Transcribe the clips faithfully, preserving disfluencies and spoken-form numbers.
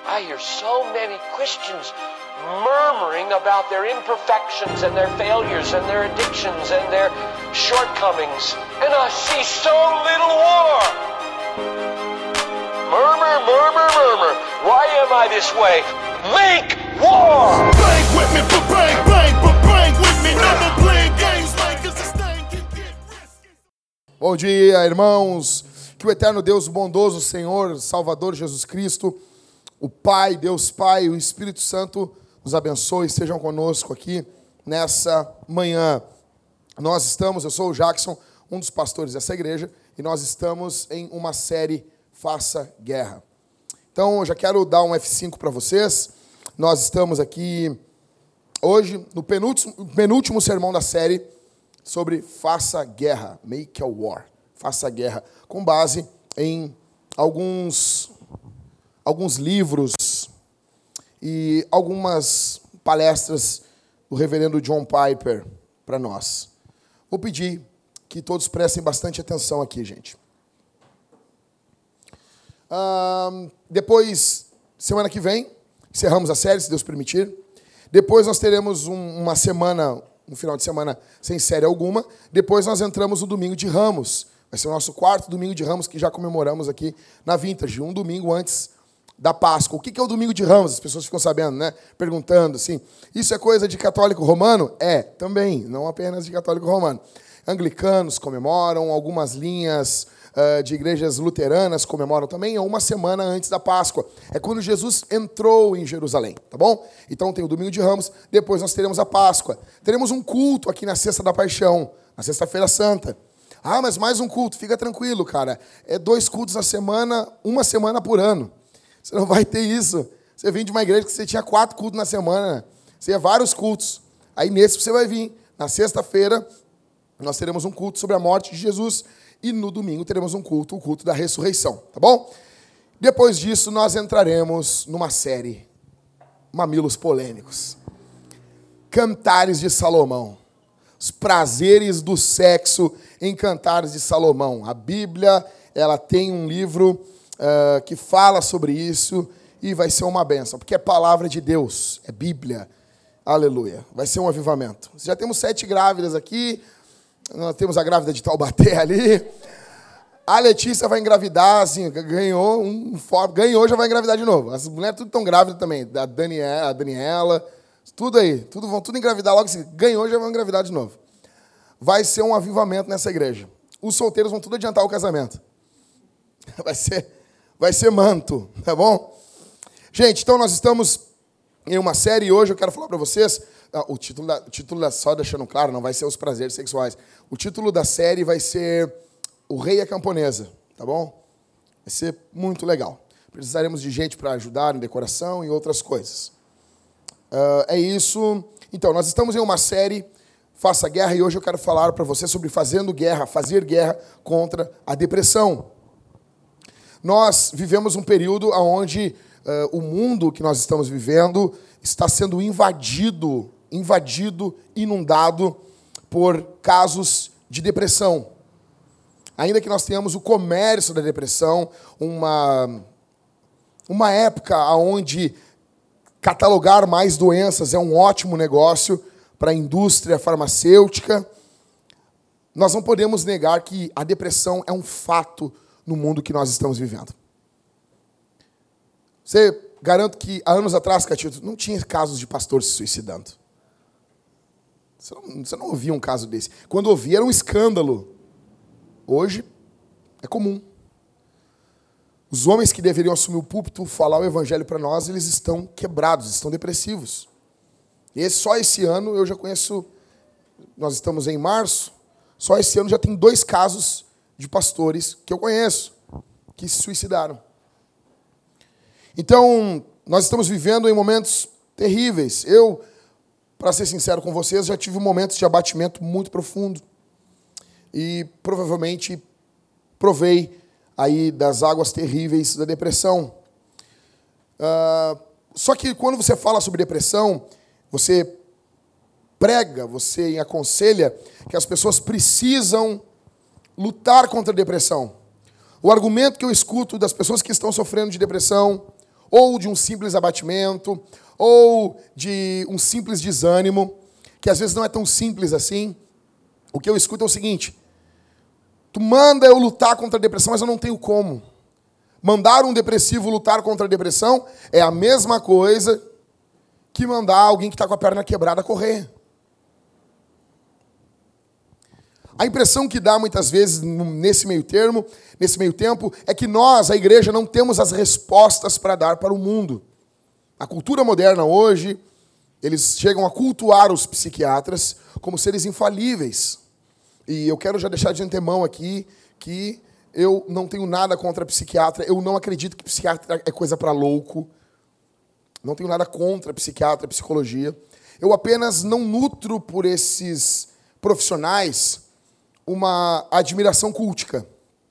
I hear so many Christians murmuring about their imperfections and their failures and their addictions and their shortcomings. And I see so little war. Murmur, murmur, murmur. Why am I this way? Make war! Bang with me, but bang, bang, but bang with me. Never playing games like cause this thing can get risky. Bom dia, irmãos. Que o eterno Deus bondoso, Senhor, Salvador Jesus Cristo, o Pai, Deus Pai, o Espírito Santo nos abençoe e estejam conosco aqui nessa manhã. Nós estamos, eu sou o Jackson, um dos pastores dessa igreja, e nós estamos em uma série Faça Guerra. Então, eu já quero dar um F cinco para vocês. Nós estamos aqui hoje no penúltimo, penúltimo sermão da série sobre Faça Guerra, Make a War. Faça Guerra, com base em alguns, alguns livros e algumas palestras do reverendo John Piper para nós. Vou pedir que todos prestem bastante atenção aqui, gente. Uh, depois, semana que vem, encerramos a série, se Deus permitir. Depois nós teremos um, uma semana, um final de semana sem série alguma. Depois nós entramos no domingo de Ramos. Vai ser o nosso quarto domingo de Ramos, que já comemoramos aqui na Vintage, um domingo antes da Páscoa. O que é o domingo de Ramos? As pessoas ficam sabendo, né? Perguntando assim. Isso é coisa de católico romano? É, também, não apenas de católico romano. Anglicanos comemoram, algumas linhas uh, de igrejas luteranas comemoram também, é uma semana antes da Páscoa. É quando Jesus entrou em Jerusalém, tá bom? Então tem o domingo de Ramos, depois nós teremos a Páscoa. Teremos um culto aqui na Sexta da Paixão, na Sexta-feira Santa. Ah, mas mais um culto, fica tranquilo, cara. É dois cultos na semana, uma semana por ano. Você não vai ter isso. Você vem de uma igreja que você tinha quatro cultos na semana. Você ia vários cultos. Aí nesse você vai vir. Na sexta-feira, nós teremos um culto sobre a morte de Jesus. E no domingo teremos um culto, o culto da ressurreição. Tá bom? Depois disso, nós entraremos numa série. Mamilos polêmicos. Cantares de Salomão. Os prazeres do sexo em Cantares de Salomão. A Bíblia, ela tem um livro uh, que fala sobre isso e vai ser uma bênção, porque é palavra de Deus, é Bíblia. Aleluia. Vai ser um avivamento. Já temos sete grávidas aqui, nós temos a grávida de Taubaté ali. A Letícia vai engravidar, assim, ganhou, um, ganhou, já vai engravidar de novo. As mulheres tudo estão grávidas também, a Daniela, a Daniela, tudo aí, tudo, vão tudo engravidar logo assim, ganhou, já vão engravidar de novo. Vai ser um avivamento nessa igreja. Os solteiros vão tudo adiantar o casamento. Vai ser, vai ser manto, tá bom? Gente, então nós estamos em uma série e hoje eu quero falar para vocês, o título, da, o título da, só deixando claro, não vai ser os prazeres sexuais. O título da série vai ser O Rei e a Camponesa, tá bom? Vai ser muito legal. Precisaremos de gente para ajudar em decoração e outras coisas. Uh, é isso. Então, nós estamos em uma série Faça Guerra e hoje eu quero falar para você sobre fazendo guerra, fazer guerra contra a depressão. Nós vivemos um período onde uh, o mundo que nós estamos vivendo está sendo invadido, invadido, inundado por casos de depressão. Ainda que nós tenhamos o comércio da depressão, uma, uma época onde catalogar mais doenças é um ótimo negócio para a indústria farmacêutica, nós não podemos negar que a depressão é um fato no mundo que nós estamos vivendo. Você garanto que há anos atrás, Catito, não tinha casos de pastor se suicidando. Você não, você não ouvia um caso desse. Quando ouvia era um escândalo. Hoje é comum. Os homens que deveriam assumir o púlpito, falar o evangelho para nós, eles estão quebrados, estão depressivos. E esse, só esse ano eu já conheço, nós estamos em março, só esse ano já tem dois casos de pastores que eu conheço, que se suicidaram. Então, nós estamos vivendo em momentos terríveis. Eu, para ser sincero com vocês, já tive momentos de abatimento muito profundo. E provavelmente provei aí das águas terríveis da depressão. Uh, só que quando você fala sobre depressão, você prega, você aconselha que as pessoas precisam lutar contra a depressão. O argumento que eu escuto das pessoas que estão sofrendo de depressão ou de um simples abatimento, ou de um simples desânimo, que às vezes não é tão simples assim. O que eu escuto é o seguinte: tu manda eu lutar contra a depressão, mas eu não tenho como. Mandar um depressivo lutar contra a depressão é a mesma coisa que mandar alguém que está com a perna quebrada correr. A impressão que dá muitas vezes nesse meio termo, nesse meio tempo, é que nós, a igreja, não temos as respostas para dar para o mundo. A cultura moderna hoje, eles chegam a cultuar os psiquiatras como seres infalíveis. E eu quero já deixar de antemão aqui que eu não tenho nada contra psiquiatra, eu não acredito que psiquiatra é coisa para louco. Não tenho nada contra psiquiatra, psicologia. Eu apenas não nutro por esses profissionais uma admiração cultica.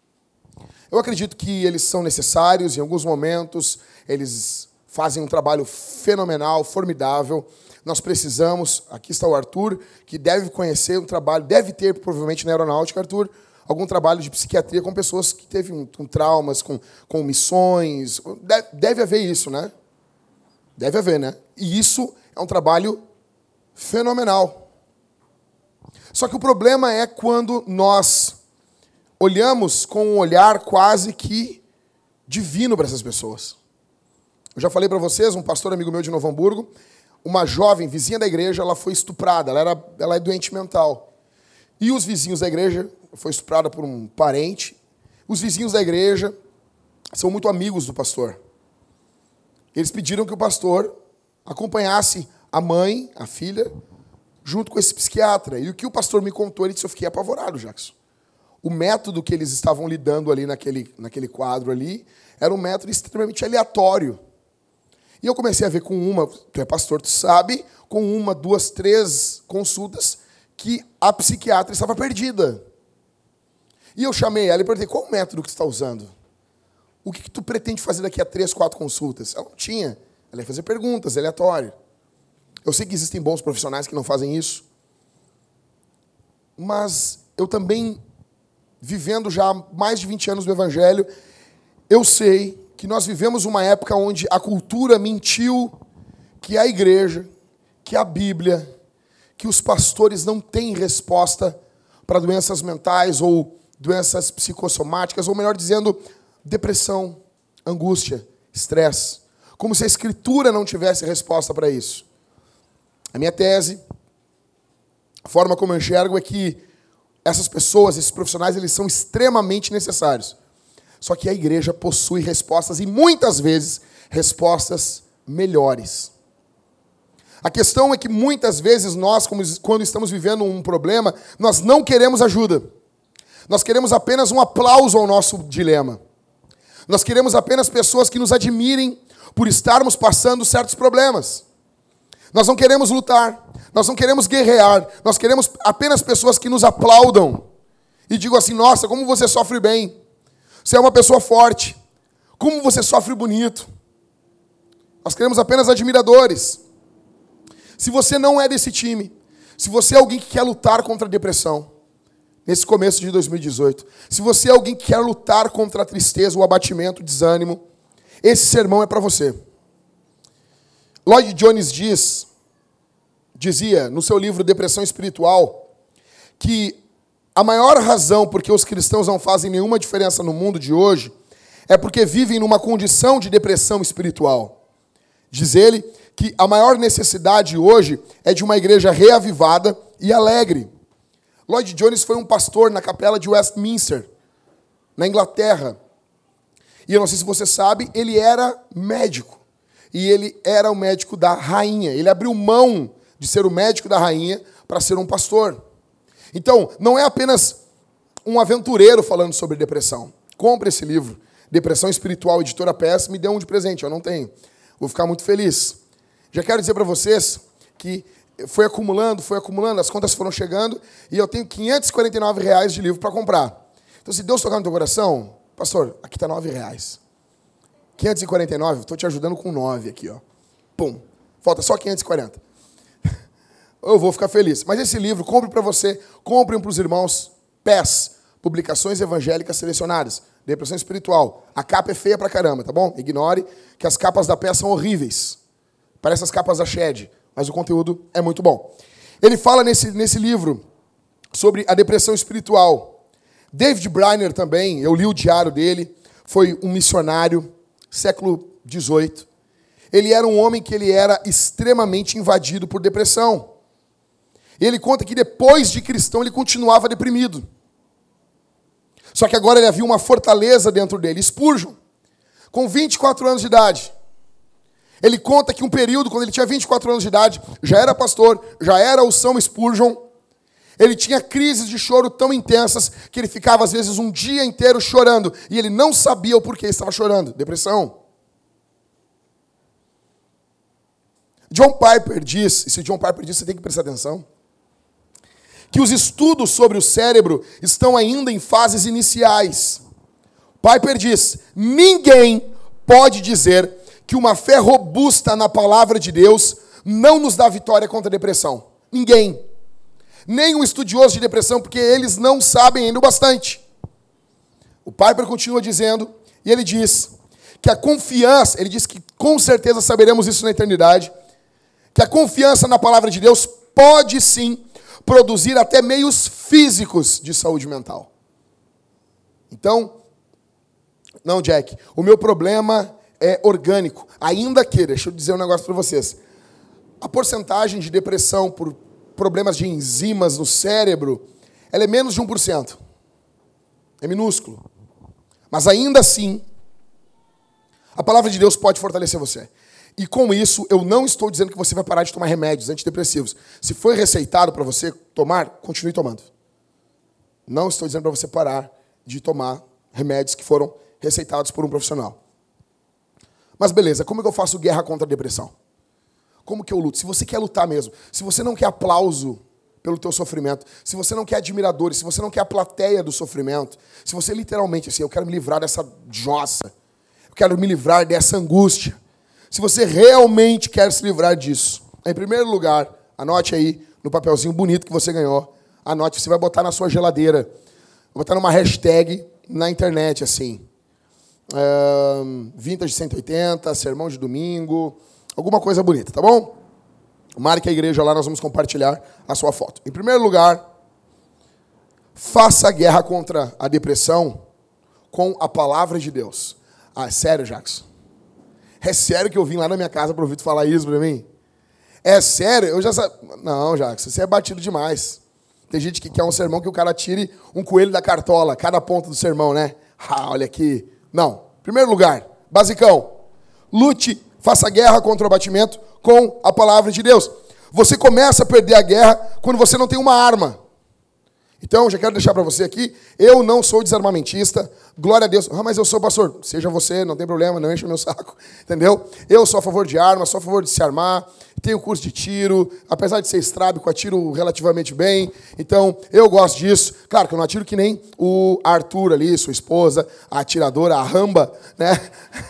Eu acredito que eles são necessários, em alguns momentos, eles fazem um trabalho fenomenal, formidável. Nós precisamos, aqui está o Arthur, que deve conhecer um trabalho, deve ter, provavelmente, na aeronáutica, Arthur, algum trabalho de psiquiatria com pessoas que teve um, com traumas, com, com missões. Deve, deve haver isso, né? Deve haver, né? E isso é um trabalho fenomenal. Só que o problema é quando nós olhamos com um olhar quase que divino para essas pessoas. Eu já falei para vocês, um pastor amigo meu de Novo Hamburgo, uma jovem vizinha da igreja, ela foi estuprada, ela, era, ela é doente mental. E os vizinhos da igreja, foi estuprada por um parente, os vizinhos da igreja são muito amigos do pastor. Eles pediram que o pastor acompanhasse a mãe, a filha, junto com esse psiquiatra. E o que o pastor me contou, ele disse: eu fiquei apavorado, Jackson. O método que eles estavam lidando ali naquele, naquele quadro ali era um método extremamente aleatório. E eu comecei a ver com uma, tu é pastor, tu sabe, com uma, duas, três consultas, que a psiquiatra estava perdida. E eu chamei ela e perguntei: qual o método que tu está usando? O que, que tu pretende fazer daqui a três, quatro consultas? Ela não tinha. Ela ia fazer perguntas, aleatório. Eu sei que existem bons profissionais que não fazem isso. Mas eu também, vivendo já mais de vinte anos no Evangelho, eu sei que nós vivemos uma época onde a cultura mentiu que a igreja, que a Bíblia, que os pastores não têm resposta para doenças mentais ou doenças psicossomáticas, ou melhor dizendo, depressão, angústia, estresse. Como se a Escritura não tivesse resposta para isso. A minha tese, a forma como eu enxergo é que essas pessoas, esses profissionais, eles são extremamente necessários. Só que a igreja possui respostas, e muitas vezes, respostas melhores. A questão é que muitas vezes nós, quando estamos vivendo um problema, nós não queremos ajuda. Nós queremos apenas um aplauso ao nosso dilema. Nós queremos apenas pessoas que nos admirem por estarmos passando certos problemas. Nós não queremos lutar, nós não queremos guerrear, nós queremos apenas pessoas que nos aplaudam e digam assim: nossa, como você sofre bem, você é uma pessoa forte, como você sofre bonito. Nós queremos apenas admiradores. Se você não é desse time, se você é alguém que quer lutar contra a depressão, nesse começo de dois mil e dezoito, se você é alguém que quer lutar contra a tristeza, o abatimento, o desânimo, esse sermão é para você. Lloyd Jones diz, dizia no seu livro Depressão Espiritual, que a maior razão por que os cristãos não fazem nenhuma diferença no mundo de hoje é porque vivem numa condição de depressão espiritual. Diz ele que a maior necessidade hoje é de uma igreja reavivada e alegre. Lloyd Jones foi um pastor na capela de Westminster, na Inglaterra. E eu não sei se você sabe, ele era médico. E ele era o médico da rainha. Ele abriu mão de ser o médico da rainha para ser um pastor. Então, não é apenas um aventureiro falando sobre depressão. Compre esse livro, Depressão Espiritual, editora P E S, me dê um de presente, eu não tenho. Vou ficar muito feliz. Já quero dizer para vocês que foi acumulando, foi acumulando, as contas foram chegando, e eu tenho quinhentos e quarenta e nove reais de livro para comprar. Então, se Deus tocar no teu coração, pastor, aqui está nove reais. quinhentos e quarenta e nove, estou te ajudando com nove aqui, ó. Pum. Falta só quinhentos e quarenta. Eu vou ficar feliz. Mas esse livro, compre para você, compre um para os irmãos, P E S, Publicações Evangélicas Selecionadas. Depressão espiritual. A capa é feia pra caramba, tá bom? Ignore que as capas da peça são horríveis. Parece as capas da Shed, mas o conteúdo é muito bom. Ele fala nesse, nesse livro sobre a depressão espiritual. David Briner também, eu li o diário dele, foi um missionário, século dezoito. Ele era um homem que ele era extremamente invadido por depressão. Ele conta que depois de cristão ele continuava deprimido. Só que agora ele havia uma fortaleza dentro dele. Spurgeon, com vinte e quatro anos de idade. Ele conta que um período, quando ele tinha vinte e quatro anos de idade, já era pastor, já era o São Spurgeon. Ele tinha crises de choro tão intensas que ele ficava, às vezes, um dia inteiro chorando. E ele não sabia o porquê estava chorando. Depressão. John Piper diz, e se John Piper diz, você tem que prestar atenção, que os estudos sobre o cérebro estão ainda em fases iniciais. Piper diz, ninguém pode dizer que uma fé robusta na palavra de Deus não nos dá vitória contra a depressão. Ninguém. Nem um estudioso de depressão, porque eles não sabem ainda o bastante. O Piper continua dizendo, e ele diz que a confiança, ele diz que com certeza saberemos isso na eternidade, que a confiança na palavra de Deus pode sim produzir até meios físicos de saúde mental. Então, não, Jack, o meu problema é orgânico. Ainda que, deixa eu dizer um negócio para vocês, a porcentagem de depressão por problemas de enzimas no cérebro, ela é menos de um por cento. É minúsculo. Mas ainda assim, a palavra de Deus pode fortalecer você. E com isso, eu não estou dizendo que você vai parar de tomar remédios antidepressivos. Se foi receitado para você tomar, continue tomando. Não estou dizendo para você parar de tomar remédios que foram receitados por um profissional. Mas beleza, como é que eu faço guerra contra a depressão? Como que eu luto? Se você quer lutar mesmo, se você não quer aplauso pelo teu sofrimento, se você não quer admiradores, se você não quer a plateia do sofrimento, se você literalmente, assim, eu quero me livrar dessa jossa, eu quero me livrar dessa angústia, se você realmente quer se livrar disso, em primeiro lugar, anote aí no papelzinho bonito que você ganhou, anote, você vai botar na sua geladeira, vai botar numa hashtag na internet, assim, um, Vintage cento e oitenta, Sermão de Domingo, alguma coisa bonita, tá bom? Marque a igreja lá, nós vamos compartilhar a sua foto. Em primeiro lugar, faça a guerra contra a depressão com a palavra de Deus. Ah, é sério, Jackson? É sério que eu vim lá na minha casa para ouvir tu falar isso para mim? É sério? Eu já sa... Não, Jackson, você é batido demais. Tem gente que quer um sermão que o cara tire um coelho da cartola, cada ponta do sermão, né? Ah, olha aqui. Não. Em primeiro lugar, basicão, lute, faça guerra contra o abatimento com a palavra de Deus. Você começa a perder a guerra quando você não tem uma arma. Então, já quero deixar para você aqui, eu não sou desarmamentista, glória a Deus. Ah, mas eu sou pastor. Seja você, não tem problema, não enche o meu saco, entendeu? Eu sou a favor de armas, sou a favor de se armar, tenho curso de tiro, apesar de ser estrábico, atiro relativamente bem, então eu gosto disso. Claro que eu não atiro que nem o Arthur ali, sua esposa, a atiradora, a Ramba, né?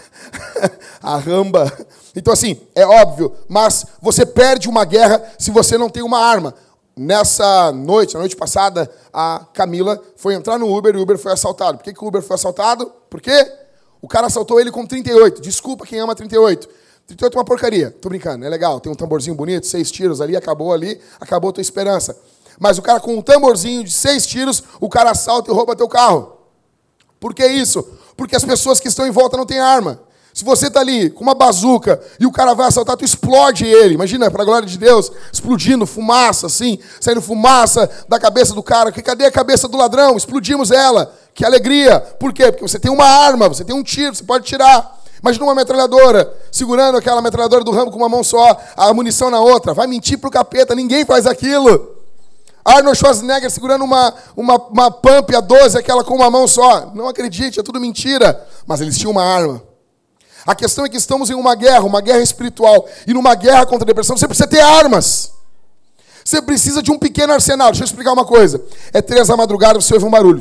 A Ramba. Então, assim, é óbvio, mas você perde uma guerra se você não tem uma arma. Nessa noite, na noite passada, a Camila foi entrar no Uber e o Uber foi assaltado. Por que, que o Uber foi assaltado? Por quê? O cara assaltou ele com trinta e oito. Desculpa quem ama trinta e oito. trinta e oito é uma porcaria. Tô brincando, é legal. Tem um tamborzinho bonito, seis tiros ali, acabou ali, acabou a tua esperança. Mas o cara com um tamborzinho de seis tiros, o cara assalta e rouba teu carro. Por que isso? Porque as pessoas que estão em volta não têm arma. Se você está ali com uma bazuca e o cara vai assaltar, tu explode ele. Imagina, para a glória de Deus, explodindo fumaça, assim, saindo fumaça da cabeça do cara. Cadê a cabeça do ladrão? Explodimos ela. Que alegria. Por quê? Porque você tem uma arma, você tem um tiro, você pode tirar. Imagina uma metralhadora, segurando aquela metralhadora do Rambo com uma mão só, a munição na outra. Vai mentir pro capeta, ninguém faz aquilo. Arnold Schwarzenegger segurando uma, uma, uma Pump A doze, aquela com uma mão só. Não acredite, é tudo mentira. Mas eles tinham uma arma. A questão é que estamos em uma guerra, uma guerra espiritual. E numa guerra contra a depressão, você precisa ter armas. Você precisa de um pequeno arsenal. Deixa eu explicar uma coisa. É três da madrugada, você ouve um barulho.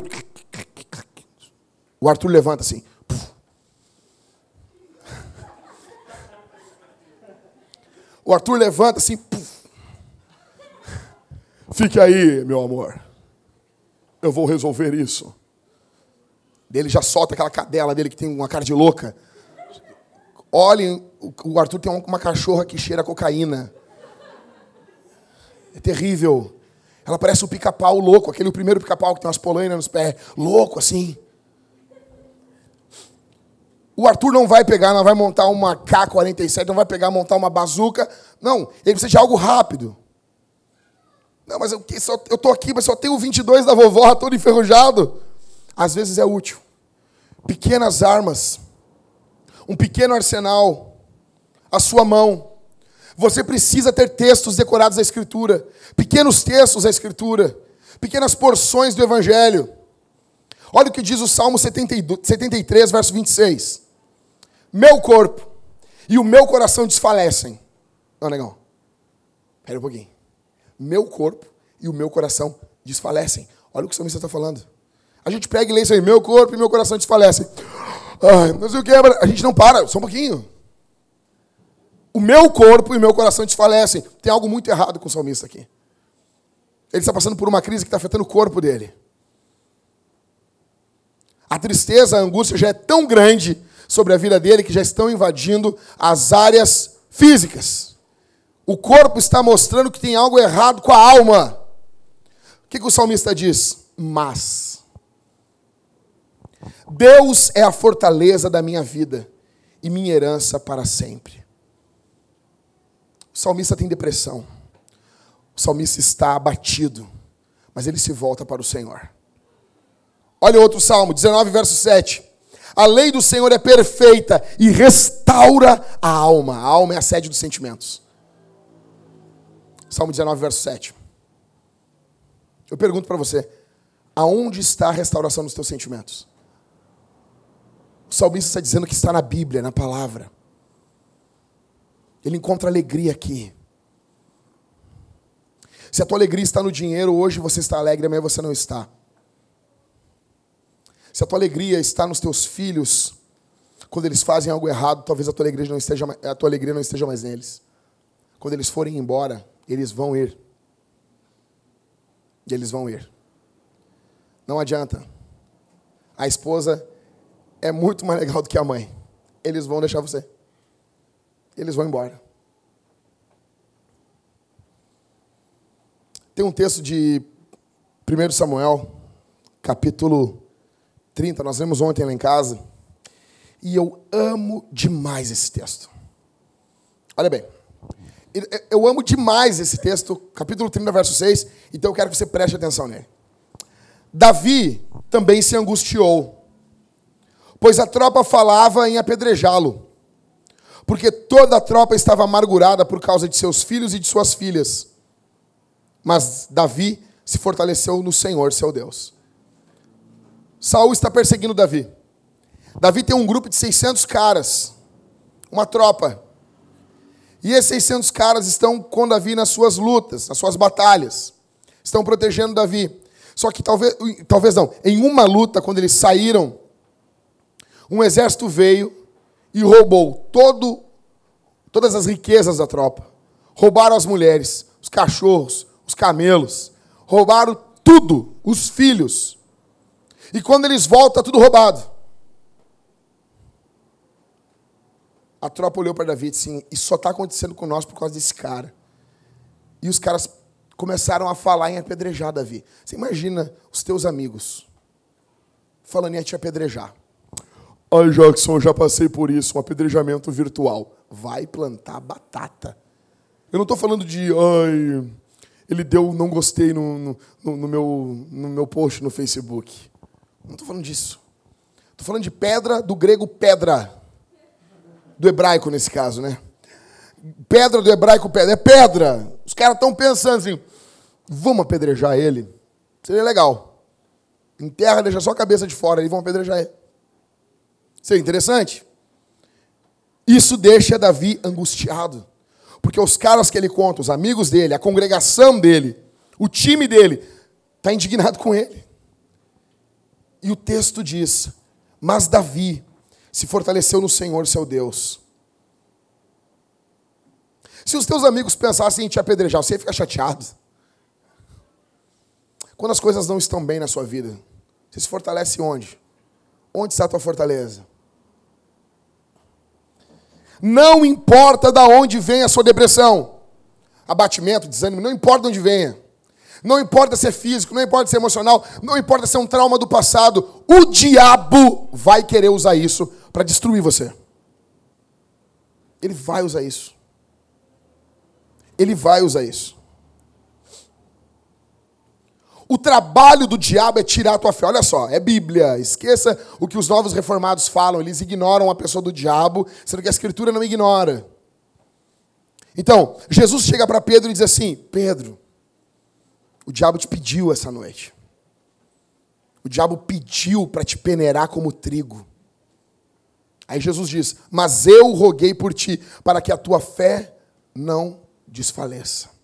O Arthur levanta assim. O Arthur levanta assim. Fique aí, meu amor. Eu vou resolver isso. Ele já solta aquela cadela dele que tem uma cara de louca. Olhem, o Arthur tem uma cachorra que cheira a cocaína. É terrível. Ela parece um pica-pau louco, aquele primeiro pica-pau que tem umas polainas nos pés. Louco, assim. O Arthur não vai pegar, não vai montar uma K quarenta e sete, não vai pegar, montar uma bazuca. Não, ele precisa de algo rápido. Não, mas eu, eu tô aqui, mas só tenho o vinte e dois da vovó, todo enferrujado. Às vezes é útil. Pequenas armas. Um pequeno arsenal. À sua mão. Você precisa ter textos decorados da Escritura. Pequenos textos da Escritura. Pequenas porções do Evangelho. Olha o que diz o Salmo setenta e três, verso vinte e seis. Meu corpo e o meu coração desfalecem. Não, negão. Espera um pouquinho. Meu corpo e o meu coração desfalecem. Olha o que o salmista está falando. A gente pega e lê isso aí. Meu corpo e meu coração desfalecem. Ai, mas o que é? A gente não para. Só um pouquinho. O meu corpo e o meu coração desfalecem. Tem algo muito errado com o salmista aqui. Ele está passando por uma crise que está afetando o corpo dele. A tristeza, a angústia já é tão grande sobre a vida dele que já estão invadindo as áreas físicas. O corpo está mostrando que tem algo errado com a alma. O que, que o salmista diz? Mas Deus é a fortaleza da minha vida e minha herança para sempre. O salmista tem depressão. O salmista está abatido, mas ele se volta para o Senhor. Olha outro salmo, dezenove, verso sete. A lei do Senhor é perfeita e restaura a alma. A alma é a sede dos sentimentos. Salmo dezenove, verso sete. Eu pergunto para você, aonde está a restauração dos teus sentimentos? O salmista está dizendo que está na Bíblia, na palavra. Ele encontra alegria aqui. Se a tua alegria está no dinheiro, hoje você está alegre, amanhã você não está. Se a tua alegria está nos teus filhos, quando eles fazem algo errado, talvez a tua alegria não esteja, a tua alegria não esteja mais neles. Quando eles forem embora, eles vão ir. E eles vão ir. Não adianta. A esposa é muito mais legal do que a mãe. Eles vão deixar você. Eles vão embora. Tem um texto de primeiro Samuel, capítulo trinta, nós lemos ontem lá em casa, e eu amo demais esse texto. Olha bem, eu amo demais esse texto, capítulo trinta, verso seis, então eu quero que você preste atenção nele. Davi também se angustiou, pois a tropa falava em apedrejá-lo, porque toda a tropa estava amargurada por causa de seus filhos e de suas filhas. Mas Davi se fortaleceu no Senhor, seu Deus. Saul está perseguindo Davi. Davi tem um grupo de seiscentos caras, uma tropa. E esses seiscentos caras estão com Davi nas suas lutas, nas suas batalhas. Estão protegendo Davi. Só que talvez, talvez não, em uma luta, quando eles saíram, um exército veio e roubou todo, todas as riquezas da tropa. Roubaram as mulheres, os cachorros, os camelos. Roubaram tudo, os filhos. E quando eles voltam, tudo roubado. A tropa olhou para Davi e disse assim, isso só está acontecendo com nós por causa desse cara. E os caras começaram a falar em apedrejar Davi. Você imagina os teus amigos falando em te apedrejar. Ai, Jackson, eu já passei por isso, um apedrejamento virtual. Vai plantar batata. Eu não estou falando de, ai, ele deu não gostei no, no, no, meu, no meu post no Facebook. Não estou falando disso. Estou falando de pedra, do grego pedra. Do hebraico, nesse caso, né? Pedra do hebraico, pedra. É pedra. Os caras estão pensando assim, vamos apedrejar ele? Seria legal. Enterra, deixa só a cabeça de fora e vão apedrejar ele. Seria interessante? Isso deixa Davi angustiado. Porque os caras que ele conta, os amigos dele, a congregação dele, o time dele, está indignado com ele. E o texto diz, mas Davi se fortaleceu no Senhor, seu Deus. Se os teus amigos pensassem em te apedrejar, você ia ficar chateado. Quando as coisas não estão bem na sua vida, você se fortalece onde? Onde está a tua fortaleza? Não importa de onde vem a sua depressão, abatimento, desânimo, não importa de onde venha. Não importa se é físico, não importa se é emocional, não importa se é um trauma do passado, o diabo vai querer usar isso para destruir você. Ele vai usar isso. Ele vai usar isso. O trabalho do diabo é tirar a tua fé. Olha só, é Bíblia. Esqueça o que os novos reformados falam. Eles ignoram a pessoa do diabo, sendo que a Escritura não ignora. Então, Jesus chega para Pedro e diz assim: Pedro, o diabo te pediu essa noite. O diabo pediu para te peneirar como trigo. Aí Jesus diz: mas eu roguei por ti, para que a tua fé não desfaleça.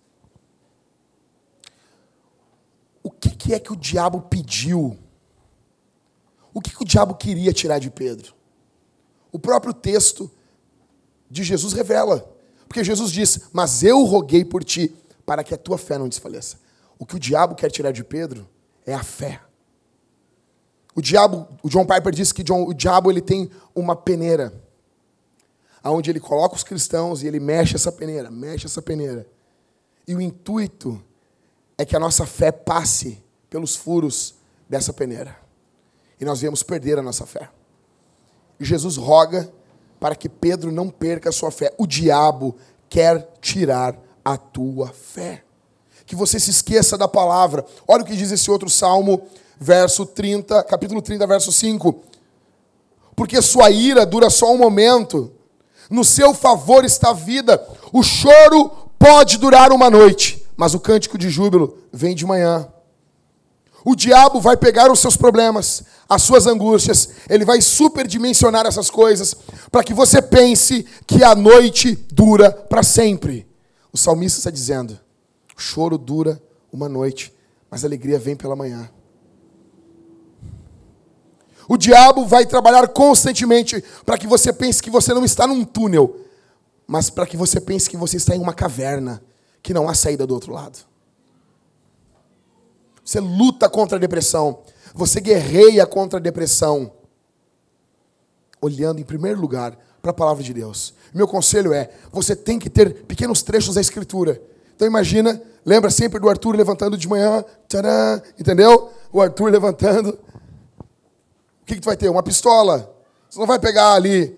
O que, que é que o diabo pediu? O que, que o diabo queria tirar de Pedro? O próprio texto de Jesus revela. Porque Jesus diz: mas eu roguei por ti, para que a tua fé não desfaleça. O que o diabo quer tirar de Pedro é a fé. O diabo, o John Piper diz que John, o diabo ele tem uma peneira, onde ele coloca os cristãos e ele mexe essa peneira, mexe essa peneira. E o intuito é que a nossa fé passe pelos furos dessa peneira. E nós viemos perder a nossa fé. E Jesus roga para que Pedro não perca a sua fé. O diabo quer tirar a tua fé. Que você se esqueça da palavra. Olha o que diz esse outro salmo, verso trinta, capítulo trinta, verso cinco. Porque sua ira dura só um momento. No seu favor está a vida. O choro pode durar uma noite, mas o cântico de júbilo vem de manhã. O diabo vai pegar os seus problemas, as suas angústias, ele vai superdimensionar essas coisas, para que você pense que a noite dura para sempre. O salmista está dizendo: o choro dura uma noite, mas a alegria vem pela manhã. O diabo vai trabalhar constantemente para que você pense que você não está num túnel, mas para que você pense que você está em uma caverna, que não há saída do outro lado. Você luta contra a depressão. Você guerreia contra a depressão, olhando em primeiro lugar para a palavra de Deus. Meu conselho é: você tem que ter pequenos trechos da Escritura. Então imagina, lembra sempre do Arthur levantando de manhã, tcharam, entendeu? O Arthur levantando. O que, que tu vai ter? Uma pistola. Você não vai pegar ali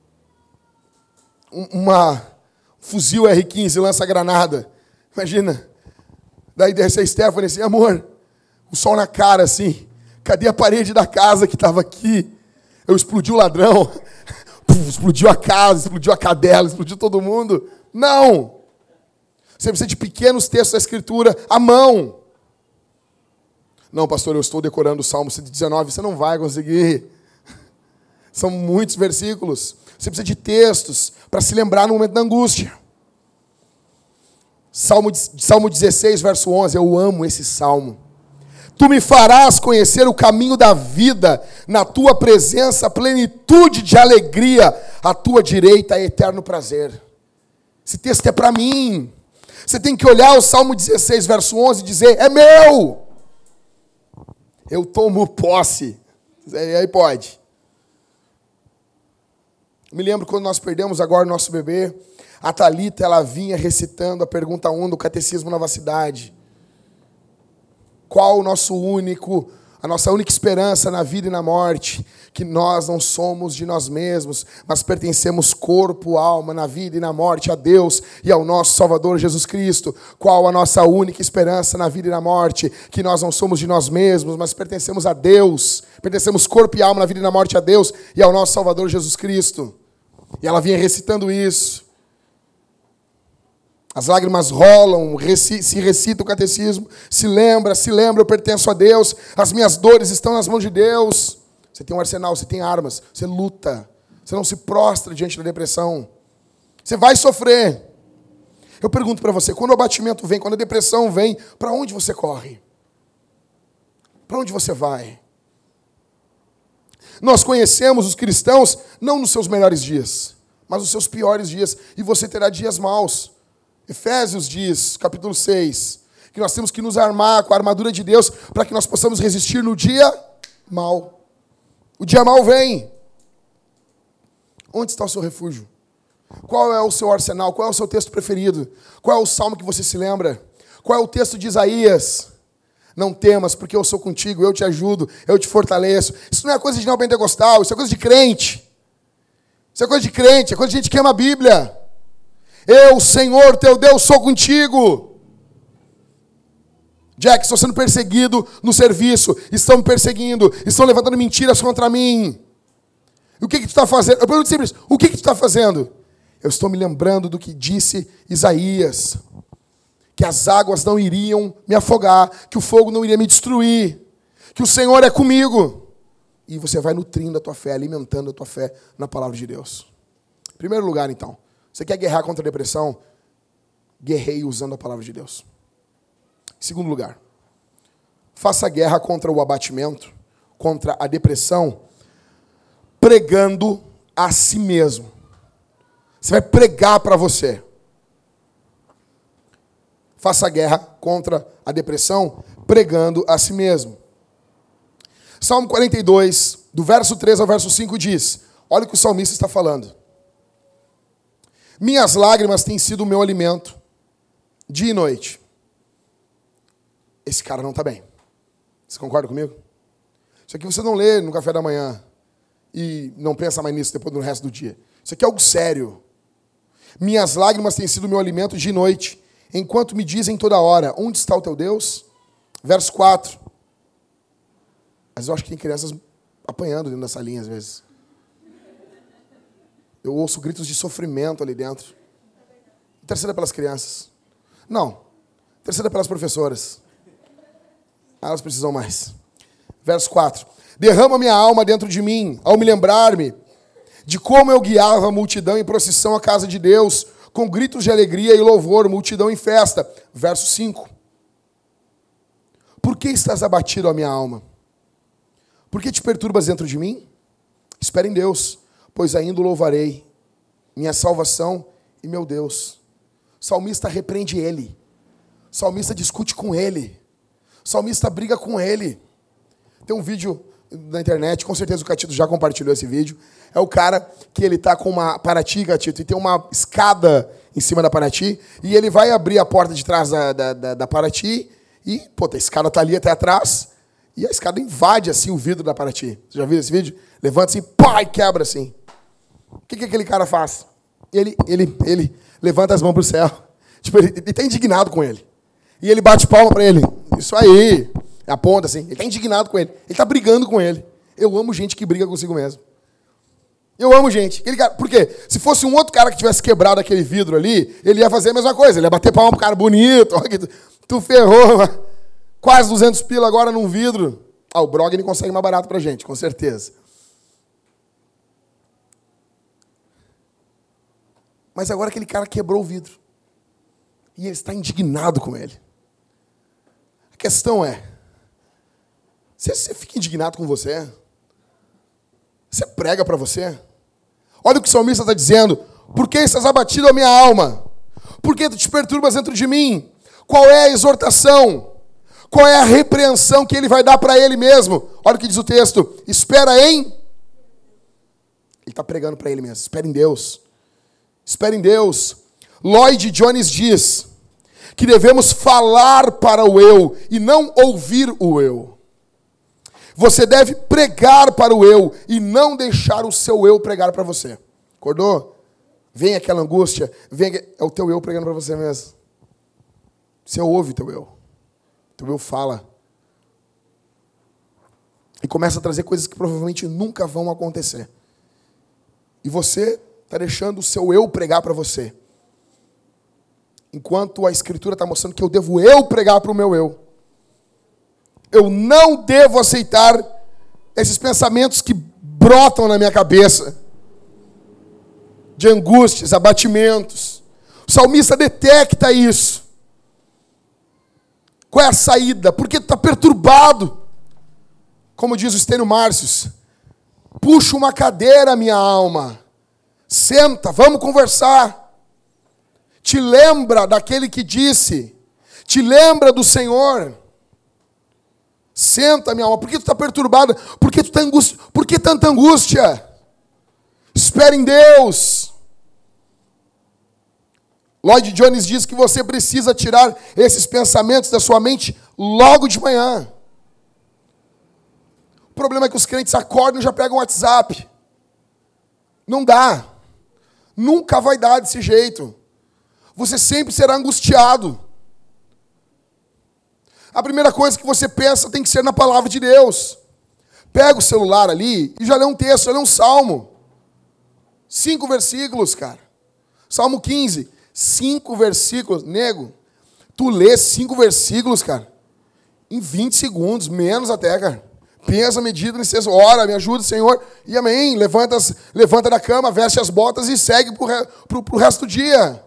uma um fuzil R quinze, lança-granada. Imagina. Daí desce a Stephanie assim: amor, o sol na cara assim, cadê a parede da casa que estava aqui? Eu explodi o ladrão, Puf, explodiu a casa, explodiu a cadela, explodiu todo mundo. Não! Você precisa de pequenos textos da Escritura à mão. Não, pastor, eu estou decorando o Salmo cento e dezenove, você não vai conseguir. São muitos versículos. Você precisa de textos para se lembrar no momento da angústia. Salmo, Salmo dezesseis, verso onze, eu amo esse salmo. Tu me farás conhecer o caminho da vida, na tua presença, plenitude de alegria, a tua direita é eterno prazer. Esse texto é para mim. Você tem que olhar o Salmo dezesseis, verso onze e dizer: é meu. Eu tomo posse. E aí pode. Eu me lembro quando nós perdemos agora o nosso bebê. A Thalita, ela vinha recitando a pergunta um do Catecismo Nova Cidade. Qual o nosso único, a nossa única esperança na vida e na morte? Que nós não somos de nós mesmos, mas pertencemos corpo, alma, na vida e na morte a Deus e ao nosso Salvador Jesus Cristo. Qual a nossa única esperança na vida e na morte? Que nós não somos de nós mesmos, mas pertencemos a Deus. Pertencemos corpo e alma na vida e na morte a Deus e ao nosso Salvador Jesus Cristo. E ela vinha recitando isso. As lágrimas rolam, se recita o catecismo, se lembra, se lembra, eu pertenço a Deus, as minhas dores estão nas mãos de Deus. Você tem um arsenal, você tem armas, você luta, você não se prostra diante da depressão. Você vai sofrer. Eu pergunto para você, quando o abatimento vem, quando a depressão vem, para onde você corre? Para onde você vai? Nós conhecemos os cristãos não nos seus melhores dias, mas nos seus piores dias, e você terá dias maus. Efésios diz, capítulo seis, que nós temos que nos armar com a armadura de Deus para que nós possamos resistir no dia mau. O dia mau vem. Onde está o seu refúgio? Qual é o seu arsenal? Qual é o seu texto preferido? Qual é o salmo que você se lembra? Qual é o texto de Isaías? Não temas, porque eu sou contigo, eu te ajudo, eu te fortaleço. Isso não é coisa de neopentecostal, isso é coisa de crente. Isso é coisa de crente, é coisa de gente que ama a Bíblia. Eu, Senhor, teu Deus, sou contigo. Jack, estou sendo perseguido no serviço, estão me perseguindo, estão levantando mentiras contra mim. E o que que tu está fazendo? Eu pergunto sempre isso, o que que tu está fazendo? Eu estou me lembrando do que disse Isaías, que as águas não iriam me afogar, que o fogo não iria me destruir, que o Senhor é comigo. E você vai nutrindo a tua fé, alimentando a tua fé na palavra de Deus. Em primeiro lugar, então, você quer guerrear contra a depressão? Guerreie usando a palavra de Deus. Em segundo lugar, faça guerra contra o abatimento, contra a depressão, pregando a si mesmo. Você vai pregar para você. Faça guerra contra a depressão, pregando a si mesmo. Salmo quarenta e dois, do verso três ao verso cinco diz, olha o que o salmista está falando. Minhas lágrimas têm sido o meu alimento, dia e noite. Esse cara não está bem. Você concorda comigo? Isso aqui você não lê no café da manhã e não pensa mais nisso depois do resto do dia. Isso aqui é algo sério. Minhas lágrimas têm sido o meu alimento dia e noite, enquanto me dizem toda hora, onde está o teu Deus? Verso quatro. Mas eu acho que tem crianças apanhando dentro da salinha às vezes. Eu ouço gritos de sofrimento ali dentro. Terceira pelas crianças. Não. Terceira pelas professoras. Elas precisam mais. Verso quatro. Derrama minha alma dentro de mim, ao me lembrar-me de como eu guiava a multidão em procissão à casa de Deus, com gritos de alegria e louvor, multidão em festa. Verso cinco. Por que estás abatido, a minha alma? Por que te perturbas dentro de mim? Espera em Deus, pois ainda o louvarei, minha salvação e meu Deus. O salmista repreende ele. O salmista discute com ele. O salmista briga com ele. Tem um vídeo na internet, com certeza o Catito já compartilhou esse vídeo. É o cara que ele tá com uma Paraty, Catito, e tem uma escada em cima da Paraty, e ele vai abrir a porta de trás da, da, da, da Paraty, e, pô, a escada tá ali até atrás, e a escada invade, assim, o vidro da Paraty. Você já viu esse vídeo? Levanta assim, pá, e quebra, assim. O que, que aquele cara faz? Ele, ele, ele levanta as mãos pro céu. Tipo, ele, ele tá indignado com ele. E ele bate palma para ele. Isso aí. Aponta assim. Ele tá indignado com ele. Ele tá brigando com ele. Eu amo gente que briga consigo mesmo. Eu amo gente. Aquele cara, por quê? Se fosse um outro cara que tivesse quebrado aquele vidro ali, ele ia fazer a mesma coisa. Ele ia bater palma pro cara bonito. Olha que tu, tu ferrou. Quase duzentos pila agora num vidro. Ah, o Brogni consegue mais barato pra gente, com certeza. Mas agora aquele cara quebrou o vidro. E ele está indignado com ele. A questão é, você, você fica indignado com você? Você prega para você? Olha o que o salmista está dizendo. Por que estás abatido a minha alma? Por que tu te perturbas dentro de mim? Qual é a exortação? Qual é a repreensão que ele vai dar para ele mesmo? Olha o que diz o texto. Espera em... Ele está pregando para ele mesmo. Espera em Deus. Espera em Deus. Lloyd Jones diz que devemos falar para o eu e não ouvir o eu. Você deve pregar para o eu e não deixar o seu eu pregar para você. Acordou? Vem aquela angústia, vem, é o teu eu pregando para você mesmo. Você ouve o teu eu. O teu eu fala. E começa a trazer coisas que provavelmente nunca vão acontecer. E você está deixando o seu eu pregar para você. Enquanto a Escritura está mostrando que eu devo eu pregar para o meu eu. Eu não devo aceitar esses pensamentos que brotam na minha cabeça. De angústias, abatimentos. O salmista detecta isso. Qual é a saída? Porque tu está perturbado. Como diz o Estênio Márcios. Puxa uma cadeira, minha alma. Senta, vamos conversar. Te lembra daquele que disse. Te lembra do Senhor. Senta, minha alma. Por que tu está perturbada? Por que tu tá angústia? Por que tanta angústia? Espera em Deus. Lloyd Jones diz que você precisa tirar esses pensamentos da sua mente logo de manhã. O problema é que os crentes acordam e já pegam o WhatsApp. Não dá. Nunca vai dar desse jeito. Você sempre será angustiado. A primeira coisa que você pensa tem que ser na palavra de Deus. Pega o celular ali e já lê um texto, já lê um salmo. Cinco versículos, cara. Salmo quinze. Cinco versículos. Nego, tu lê cinco versículos, cara, em vinte segundos, menos até, cara. Pensa, medita, licença, ora, me ajuda, Senhor. E amém. Levanta, levanta da cama, veste as botas e segue pro, re, pro, pro resto do dia.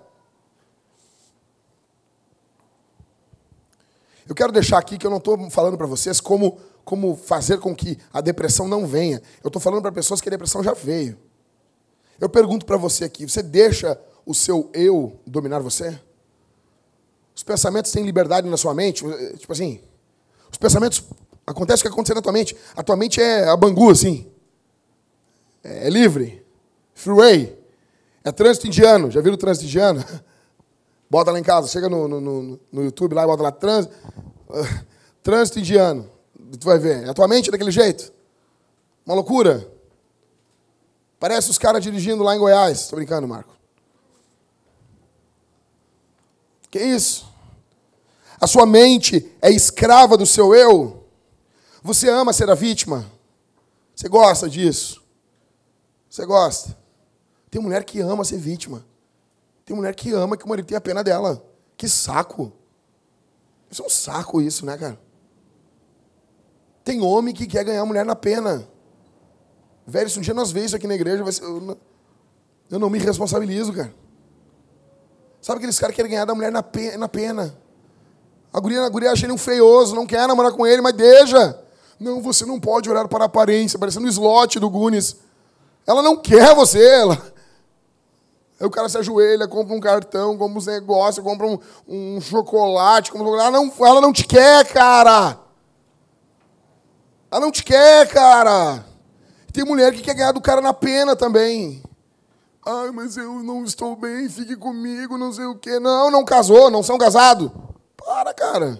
Eu quero deixar aqui que eu não estou falando para vocês como, como fazer com que a depressão não venha. Eu estou falando para pessoas que a depressão já veio. Eu pergunto para você aqui, você deixa o seu eu dominar você? Os pensamentos têm liberdade na sua mente? Tipo assim, os pensamentos, acontece o que acontece na tua mente. A tua mente é a Bangu, assim. É livre. Freeway. É trânsito indiano. Já viram o trânsito indiano? Bota lá em casa, chega no, no, no, no YouTube lá e bota lá, trânsito, uh, trânsito indiano. Tu vai ver. A tua mente é daquele jeito? Uma loucura. Parece os caras dirigindo lá em Goiás. Tô brincando, Marco. Que isso? A sua mente é escrava do seu eu? Você ama ser a vítima? Você gosta disso? Você gosta? Tem mulher que ama ser vítima. Tem mulher que ama que o marido tenha pena dela. Que saco. Isso é um saco isso, né, cara? Tem homem que quer ganhar a mulher na pena. Velho, se um dia nós vemos isso aqui na igreja, vai ser, eu, não, eu não me responsabilizo, cara. Sabe aqueles caras que querem ganhar da mulher na pena? Na pena. A guria, a guria acha ele um feioso, não quer namorar com ele, mas deixa. Não, você não pode olhar para a aparência, parecendo o slot do Goonies. Ela não quer você, ela... Aí o cara se ajoelha, compra um cartão, compra uns negócios, compra um, um chocolate. Compra um... Ela, não, ela não te quer, cara. Ela não te quer, cara. Tem mulher que quer ganhar do cara na pena também. Ai, mas eu não estou bem, fique comigo, não sei o quê. Não, não casou, não são casados. Para, cara.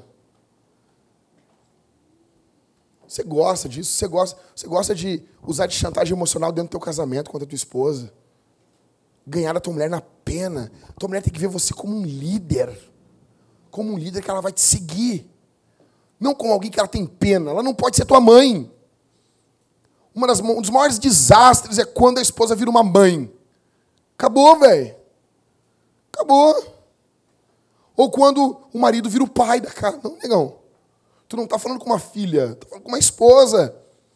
Você gosta disso? Você gosta, você gosta de usar de chantagem emocional dentro do teu casamento contra a tua esposa? Ganhar a tua mulher na pena. Tua mulher tem que ver você como um líder. Como um líder que ela vai te seguir. Não como alguém que ela tem pena. Ela não pode ser tua mãe. Uma das, um dos maiores desastres é quando a esposa vira uma mãe. Acabou, velho. Acabou. Ou quando o marido vira o pai da casa. Não, negão. Tu não está falando com uma filha. Está falando com uma esposa.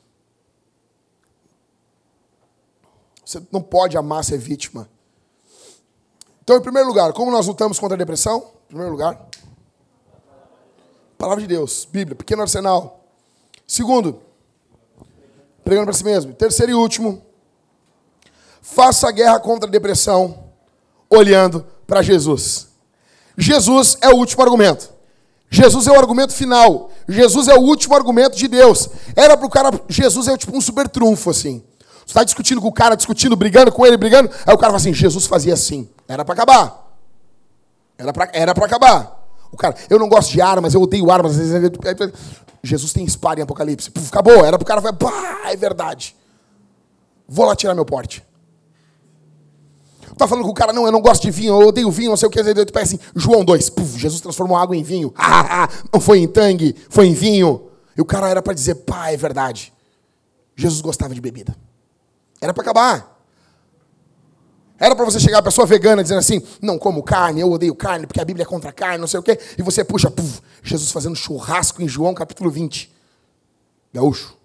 Você não pode amar ser vítima. Então, em primeiro lugar, como nós lutamos contra a depressão? Em primeiro lugar, palavra de Deus, Bíblia, pequeno arsenal. Segundo, pregando para si mesmo. Terceiro e último, faça a guerra contra a depressão olhando para Jesus. Jesus é o último argumento. Jesus é o argumento final. Jesus é o último argumento de Deus. Era para o cara... Jesus é tipo um super trunfo, assim. Você está discutindo com o cara, discutindo, brigando com ele, brigando. Aí o cara fala assim, Jesus fazia assim. Era para acabar. Era para era para acabar. O cara, eu não gosto de armas, eu odeio armas. Jesus tem espada em Apocalipse. Puf, acabou. Era para o cara falar, pá, é verdade. Vou lá tirar meu porte. Tá falando com o cara, não, eu não gosto de vinho, eu odeio vinho, não sei o que. Tu pega assim, João dois. Puf, Jesus transformou água em vinho. Ah, não foi em tangue, foi em vinho. E o cara era para dizer, pá, é verdade. Jesus gostava de bebida. Era para acabar. Era para você chegar a pessoa vegana dizendo assim, não como carne, eu odeio carne, porque a Bíblia é contra a carne, não sei o quê. E você puxa, puf, Jesus fazendo churrasco em João capítulo vinte. Gaúcho.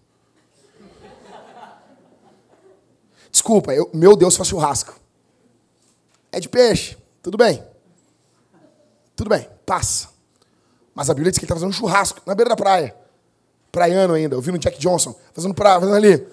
Desculpa, eu, meu Deus faz churrasco. É de peixe, tudo bem. Tudo bem, passa. Mas a Bíblia diz que ele está fazendo churrasco na beira da praia. Praiano ainda, eu vi no Jack Johnson, fazendo praia, fazendo ali.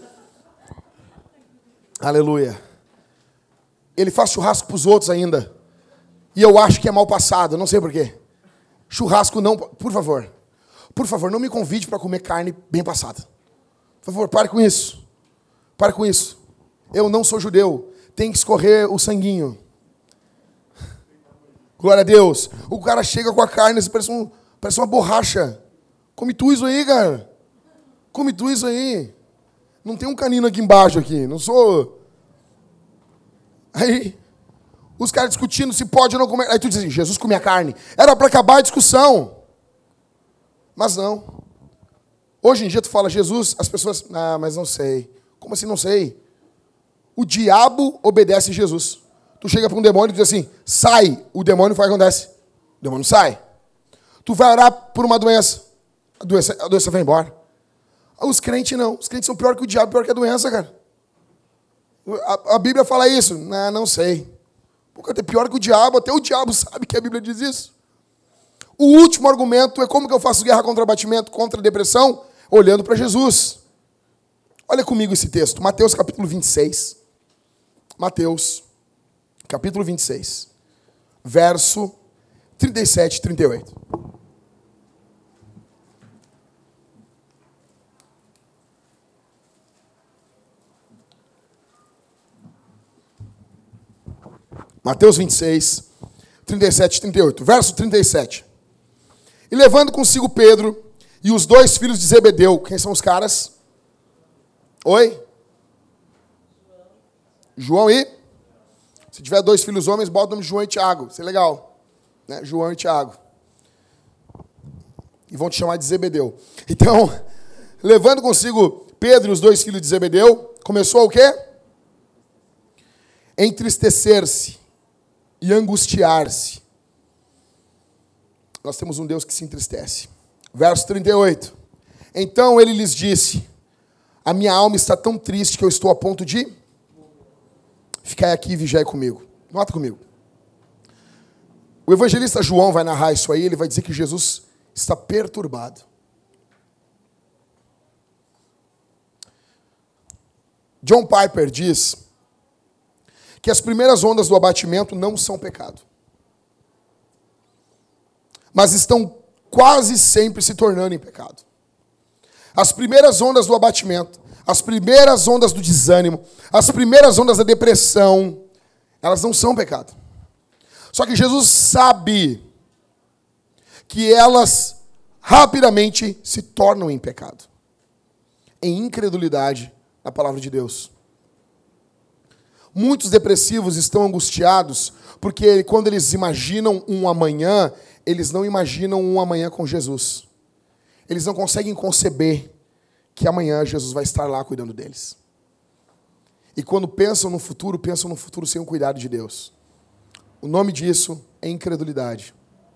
Aleluia. Ele faz churrasco para os outros ainda. E eu acho que é mal passado, não sei porquê. Churrasco não, por favor. Por favor, não me convide para comer carne bem passada. Por favor, pare com isso. Pare com isso. Eu não sou judeu. Tem que escorrer o sanguinho. Glória a Deus. O cara chega com a carne, parece, um, parece uma borracha. Come tu isso aí, cara. Come tu isso aí. Não tem um canino aqui embaixo aqui. Não sou... Aí, os caras discutindo se pode ou não comer. Aí tu diz assim, Jesus comia carne. Era para acabar a discussão. Mas não. Hoje em dia tu fala, Jesus, as pessoas... Ah, mas não sei. Como assim não sei? O diabo obedece a Jesus. Tu chega para um demônio e diz assim, sai. O demônio faz o que acontece. O demônio sai. Tu vai orar por uma doença. A doença, a doença vai embora. Os crentes não. Os crentes são pior que o diabo, pior que a doença, cara. A, a Bíblia fala isso. Não, não sei. Porque é pior que o diabo. Até o diabo sabe que a Bíblia diz isso. O último argumento é como que eu faço guerra contra abatimento, contra a depressão? Olhando para Jesus. Olha comigo esse texto. Mateus capítulo vinte e seis. Mateus capítulo vinte e seis. Verso trinta e sete e trinta e oito. Mateus vinte e seis, trinta e sete e trinta e oito. Verso trinta e sete. E levando consigo Pedro e os dois filhos de Zebedeu. Quem são os caras? Oi? João e? Se tiver dois filhos homens, bota o nome de João e Tiago. Isso é legal. Né? João e Tiago. E vão te chamar de Zebedeu. Então, levando consigo Pedro e os dois filhos de Zebedeu, começou o quê? Entristecer-se e angustiar-se. Nós temos um Deus que se entristece. Verso trinta e oito. Então ele lhes disse, a minha alma está tão triste que eu estou a ponto de... Ficai aqui e vigiai comigo. Nota comigo. O evangelista João vai narrar isso aí, ele vai dizer que Jesus está perturbado. John Piper diz que as primeiras ondas do abatimento não são pecado, mas estão quase sempre se tornando em pecado. As primeiras ondas do abatimento, as primeiras ondas do desânimo, as primeiras ondas da depressão, elas não são pecado. Só que Jesus sabe que elas rapidamente se tornam em pecado, em incredulidade na palavra de Deus. Muitos depressivos estão angustiados porque quando eles imaginam um amanhã, eles não imaginam um amanhã com Jesus. Eles não conseguem conceber que amanhã Jesus vai estar lá cuidando deles. E quando pensam no futuro, pensam no futuro sem o cuidado de Deus. O nome disso é incredulidade.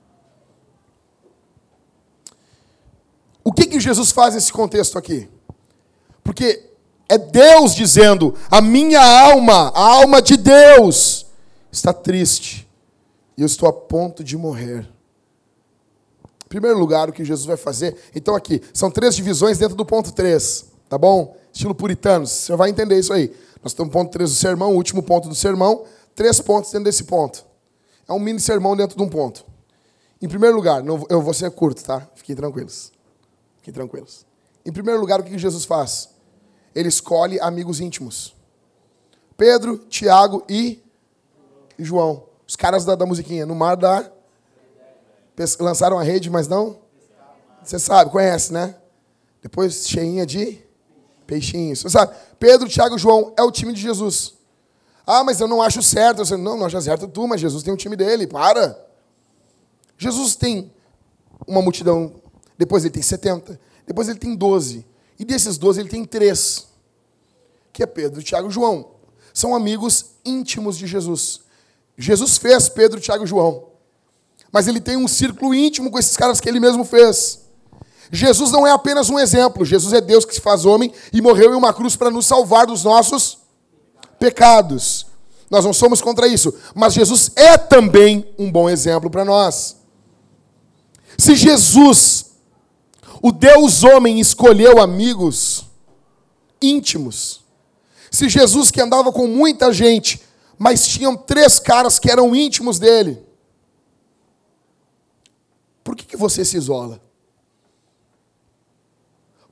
O que que Jesus faz nesse contexto aqui? Porque é Deus dizendo, a minha alma, a alma de Deus, está triste. E eu estou a ponto de morrer. Em primeiro lugar, o que Jesus vai fazer... Então aqui, são três divisões dentro do ponto três. Tá bom? Estilo puritano, você vai entender isso aí. Nós temos o ponto três do sermão, o último ponto do sermão. Três pontos dentro desse ponto. É um mini sermão dentro de um ponto. Em primeiro lugar, não, eu vou ser curto, tá? Fiquem tranquilos. Fiquem tranquilos. Em primeiro lugar, o que Jesus faz? Ele escolhe amigos íntimos. Pedro, Tiago e, e João. Os caras da, da musiquinha. No mar da... Lançaram a rede, mas não... Você sabe, conhece, né? Depois cheinha de peixinhos. Você sabe? Pedro, Tiago e João é o time de Jesus. Ah, mas eu não acho certo. Eu sei, não, não acho certo tu, mas Jesus tem um time dele. Para. Jesus tem uma multidão. Depois ele tem setenta. Depois ele tem doze. E desses doze ele tem três. Que é Pedro, Tiago e João. São amigos íntimos de Jesus. Jesus fez Pedro, Tiago e João. Mas ele tem um círculo íntimo com esses caras que ele mesmo fez. Jesus não é apenas um exemplo. Jesus é Deus que se faz homem e morreu em uma cruz para nos salvar dos nossos pecados. Nós não somos contra isso. Mas Jesus é também um bom exemplo para nós. Se Jesus, o Deus homem, escolheu amigos íntimos, se Jesus que andava com muita gente, mas tinham três caras que eram íntimos dele, por que que você se isola?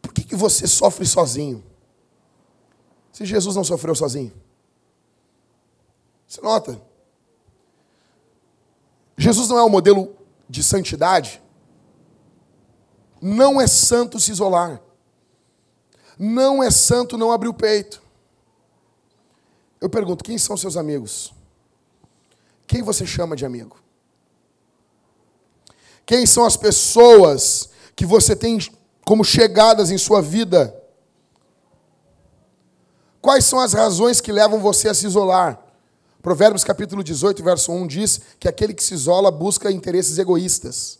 Por que, que você sofre sozinho? Se Jesus não sofreu sozinho. Você nota? Jesus não é um modelo de santidade. Não é santo se isolar. Não é santo não abrir o peito. Eu pergunto, quem são seus amigos? Quem você chama de amigo? Quem são as pessoas que você tem como chegadas em sua vida? Quais são as razões que levam você a se isolar? Provérbios capítulo dezoito, verso um diz que aquele que se isola busca interesses egoístas.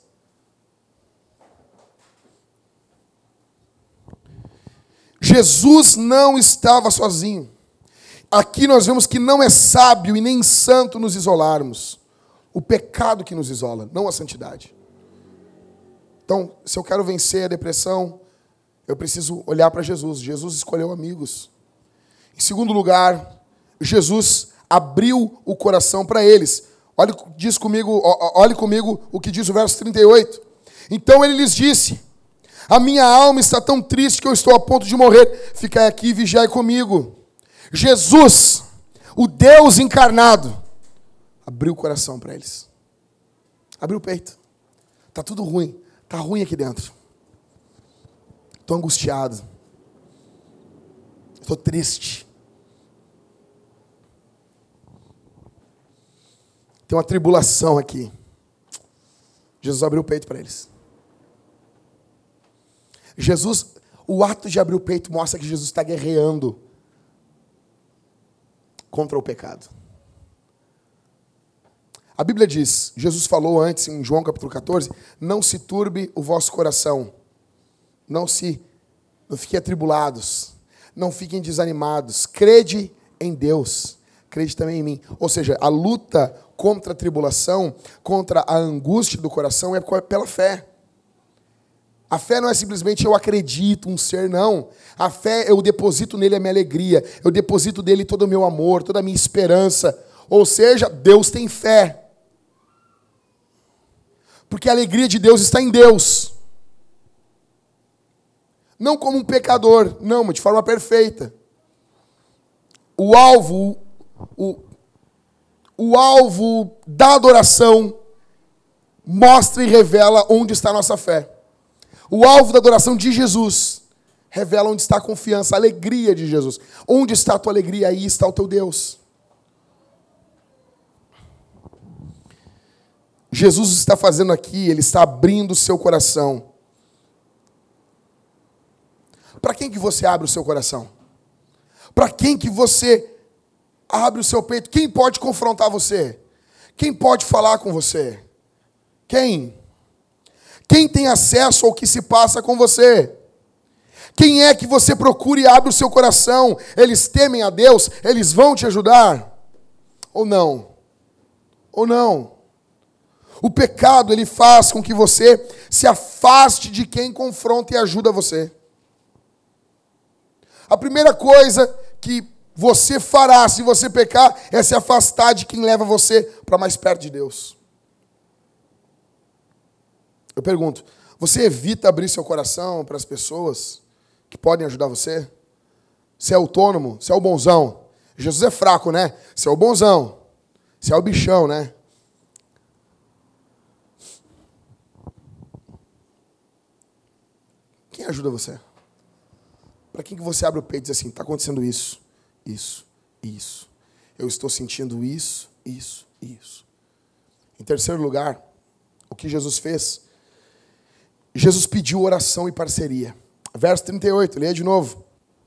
Jesus não estava sozinho. Aqui nós vemos que não é sábio e nem santo nos isolarmos. O pecado que nos isola, não a santidade. Então, se eu quero vencer a depressão, eu preciso olhar para Jesus. Jesus escolheu amigos. Em segundo lugar, Jesus abriu o coração para eles. Olhe, diz comigo, olhe comigo o que diz o verso trinta e oito. Então ele lhes disse: a minha alma está tão triste que eu estou a ponto de morrer. Ficai aqui e vigiai comigo. Jesus, o Deus encarnado, abriu o coração para eles. Abriu o peito. Está tudo ruim. Está ruim aqui dentro. Estou angustiado. Estou triste. Tem uma tribulação aqui. Jesus abriu o peito para eles. Jesus, o ato de abrir o peito mostra que Jesus está guerreando contra o pecado. A Bíblia diz, Jesus falou antes em João capítulo catorze, não se turbe o vosso coração, não se, não fiquem atribulados, não fiquem desanimados, crede em Deus, crede também em mim. Ou seja, a luta contra a tribulação, contra a angústia do coração é pela fé. A fé não é simplesmente eu acredito um ser, não. A fé, eu deposito nele a minha alegria, eu deposito nele todo o meu amor, toda a minha esperança. Ou seja, Deus tem fé. Porque a alegria de Deus está em Deus. Não como um pecador, não, mas de forma perfeita. O alvo, o, o alvo da adoração mostra e revela onde está a nossa fé. O alvo da adoração de Jesus revela onde está a confiança, a alegria de Jesus. Onde está a tua alegria, aí está o teu Deus. Jesus está fazendo aqui, Ele está abrindo o seu coração. Para quem que você abre o seu coração? Para quem que você abre o seu peito? Quem pode confrontar você? Quem pode falar com você? Quem? Quem tem acesso ao que se passa com você? Quem é que você procura e abre o seu coração? Eles temem a Deus? Eles vão te ajudar? Ou não? Ou não? O pecado, ele faz com que você se afaste de quem confronta e ajuda você. A primeira coisa que você fará se você pecar é se afastar de quem leva você para mais perto de Deus. Eu pergunto, você evita abrir seu coração para as pessoas que podem ajudar você? Você é autônomo? Você é o bonzão? Jesus é fraco, né? Você é o bonzão. Você é o bichão, né? Quem ajuda você? Para quem que você abre o peito e diz assim, está acontecendo isso, isso, isso. Eu estou sentindo isso, isso, isso. Em terceiro lugar, o que Jesus fez? Jesus pediu oração e parceria. Verso trinta e oito, leia de novo.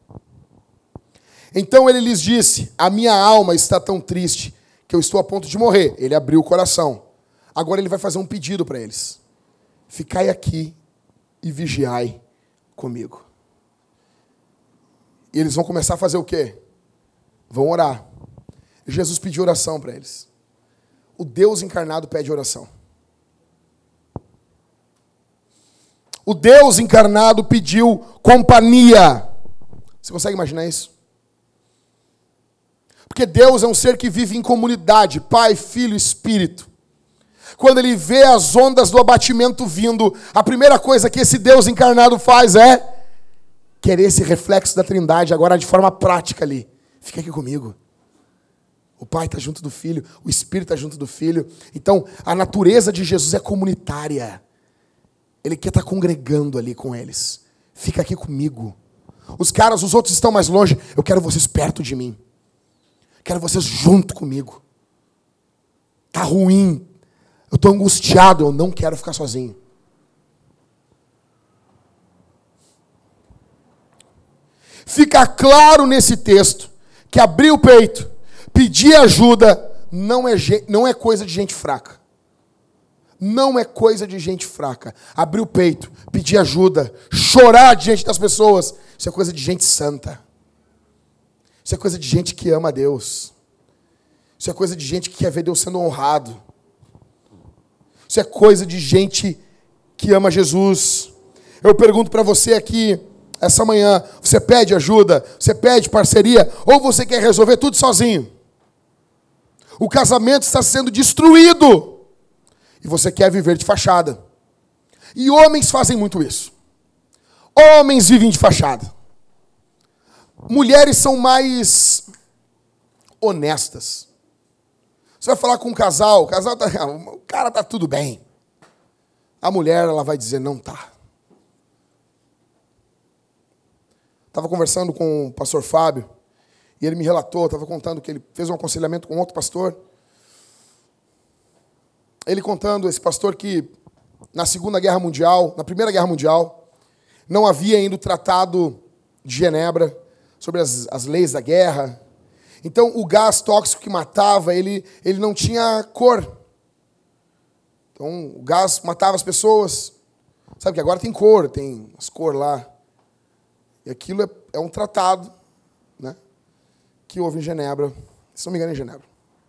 Então ele lhes disse, a minha alma está tão triste que eu estou a ponto de morrer. Ele abriu o coração. Agora ele vai fazer um pedido para eles. Ficai aqui e vigiai comigo. E eles vão começar a fazer o quê? Vão orar. Jesus pediu oração para eles. O Deus encarnado pede oração. O Deus encarnado pediu companhia. Você consegue imaginar isso? Porque Deus é um ser que vive em comunidade, Pai, Filho e Espírito. Quando ele vê as ondas do abatimento vindo, a primeira coisa que esse Deus encarnado faz é querer esse reflexo da Trindade agora de forma prática ali. Fica aqui comigo. O Pai está junto do Filho, o Espírito está junto do Filho. Então, a natureza de Jesus é comunitária. Ele quer estar congregando ali com eles. Fica aqui comigo. Os caras, os outros estão mais longe. Eu quero vocês perto de mim. Quero vocês junto comigo. Tá ruim. Eu estou angustiado. Eu não quero ficar sozinho. Fica claro nesse texto que abrir o peito, pedir ajuda, não é, não é coisa de gente fraca. Não é coisa de gente fraca. Abrir o peito, pedir ajuda, chorar diante das pessoas, isso é coisa de gente santa. Isso é coisa de gente que ama a Deus. Isso é coisa de gente que quer ver Deus sendo honrado. Isso é coisa de gente que ama Jesus. Eu pergunto para você aqui, essa manhã, você pede ajuda, você pede parceria, ou você quer resolver tudo sozinho? O casamento está sendo destruído, e você quer viver de fachada. E homens fazem muito isso. Homens vivem de fachada. Mulheres são mais honestas. Você vai falar com um casal, o casal tá, o cara tá tudo bem. A mulher, ela vai dizer, não tá. Estava conversando com o pastor Fábio, e ele me relatou, estava contando que ele fez um aconselhamento com outro pastor. Ele contando, esse pastor, que na Segunda Guerra Mundial, na Primeira Guerra Mundial, não havia ainda o Tratado de Genebra sobre as, as leis da guerra. Então, o gás tóxico que matava, ele, ele não tinha cor. Então, o gás matava as pessoas. Sabe que agora tem cor, tem as cores lá. E aquilo é, é um tratado, né, que houve em Genebra, se não me engano, em Genebra.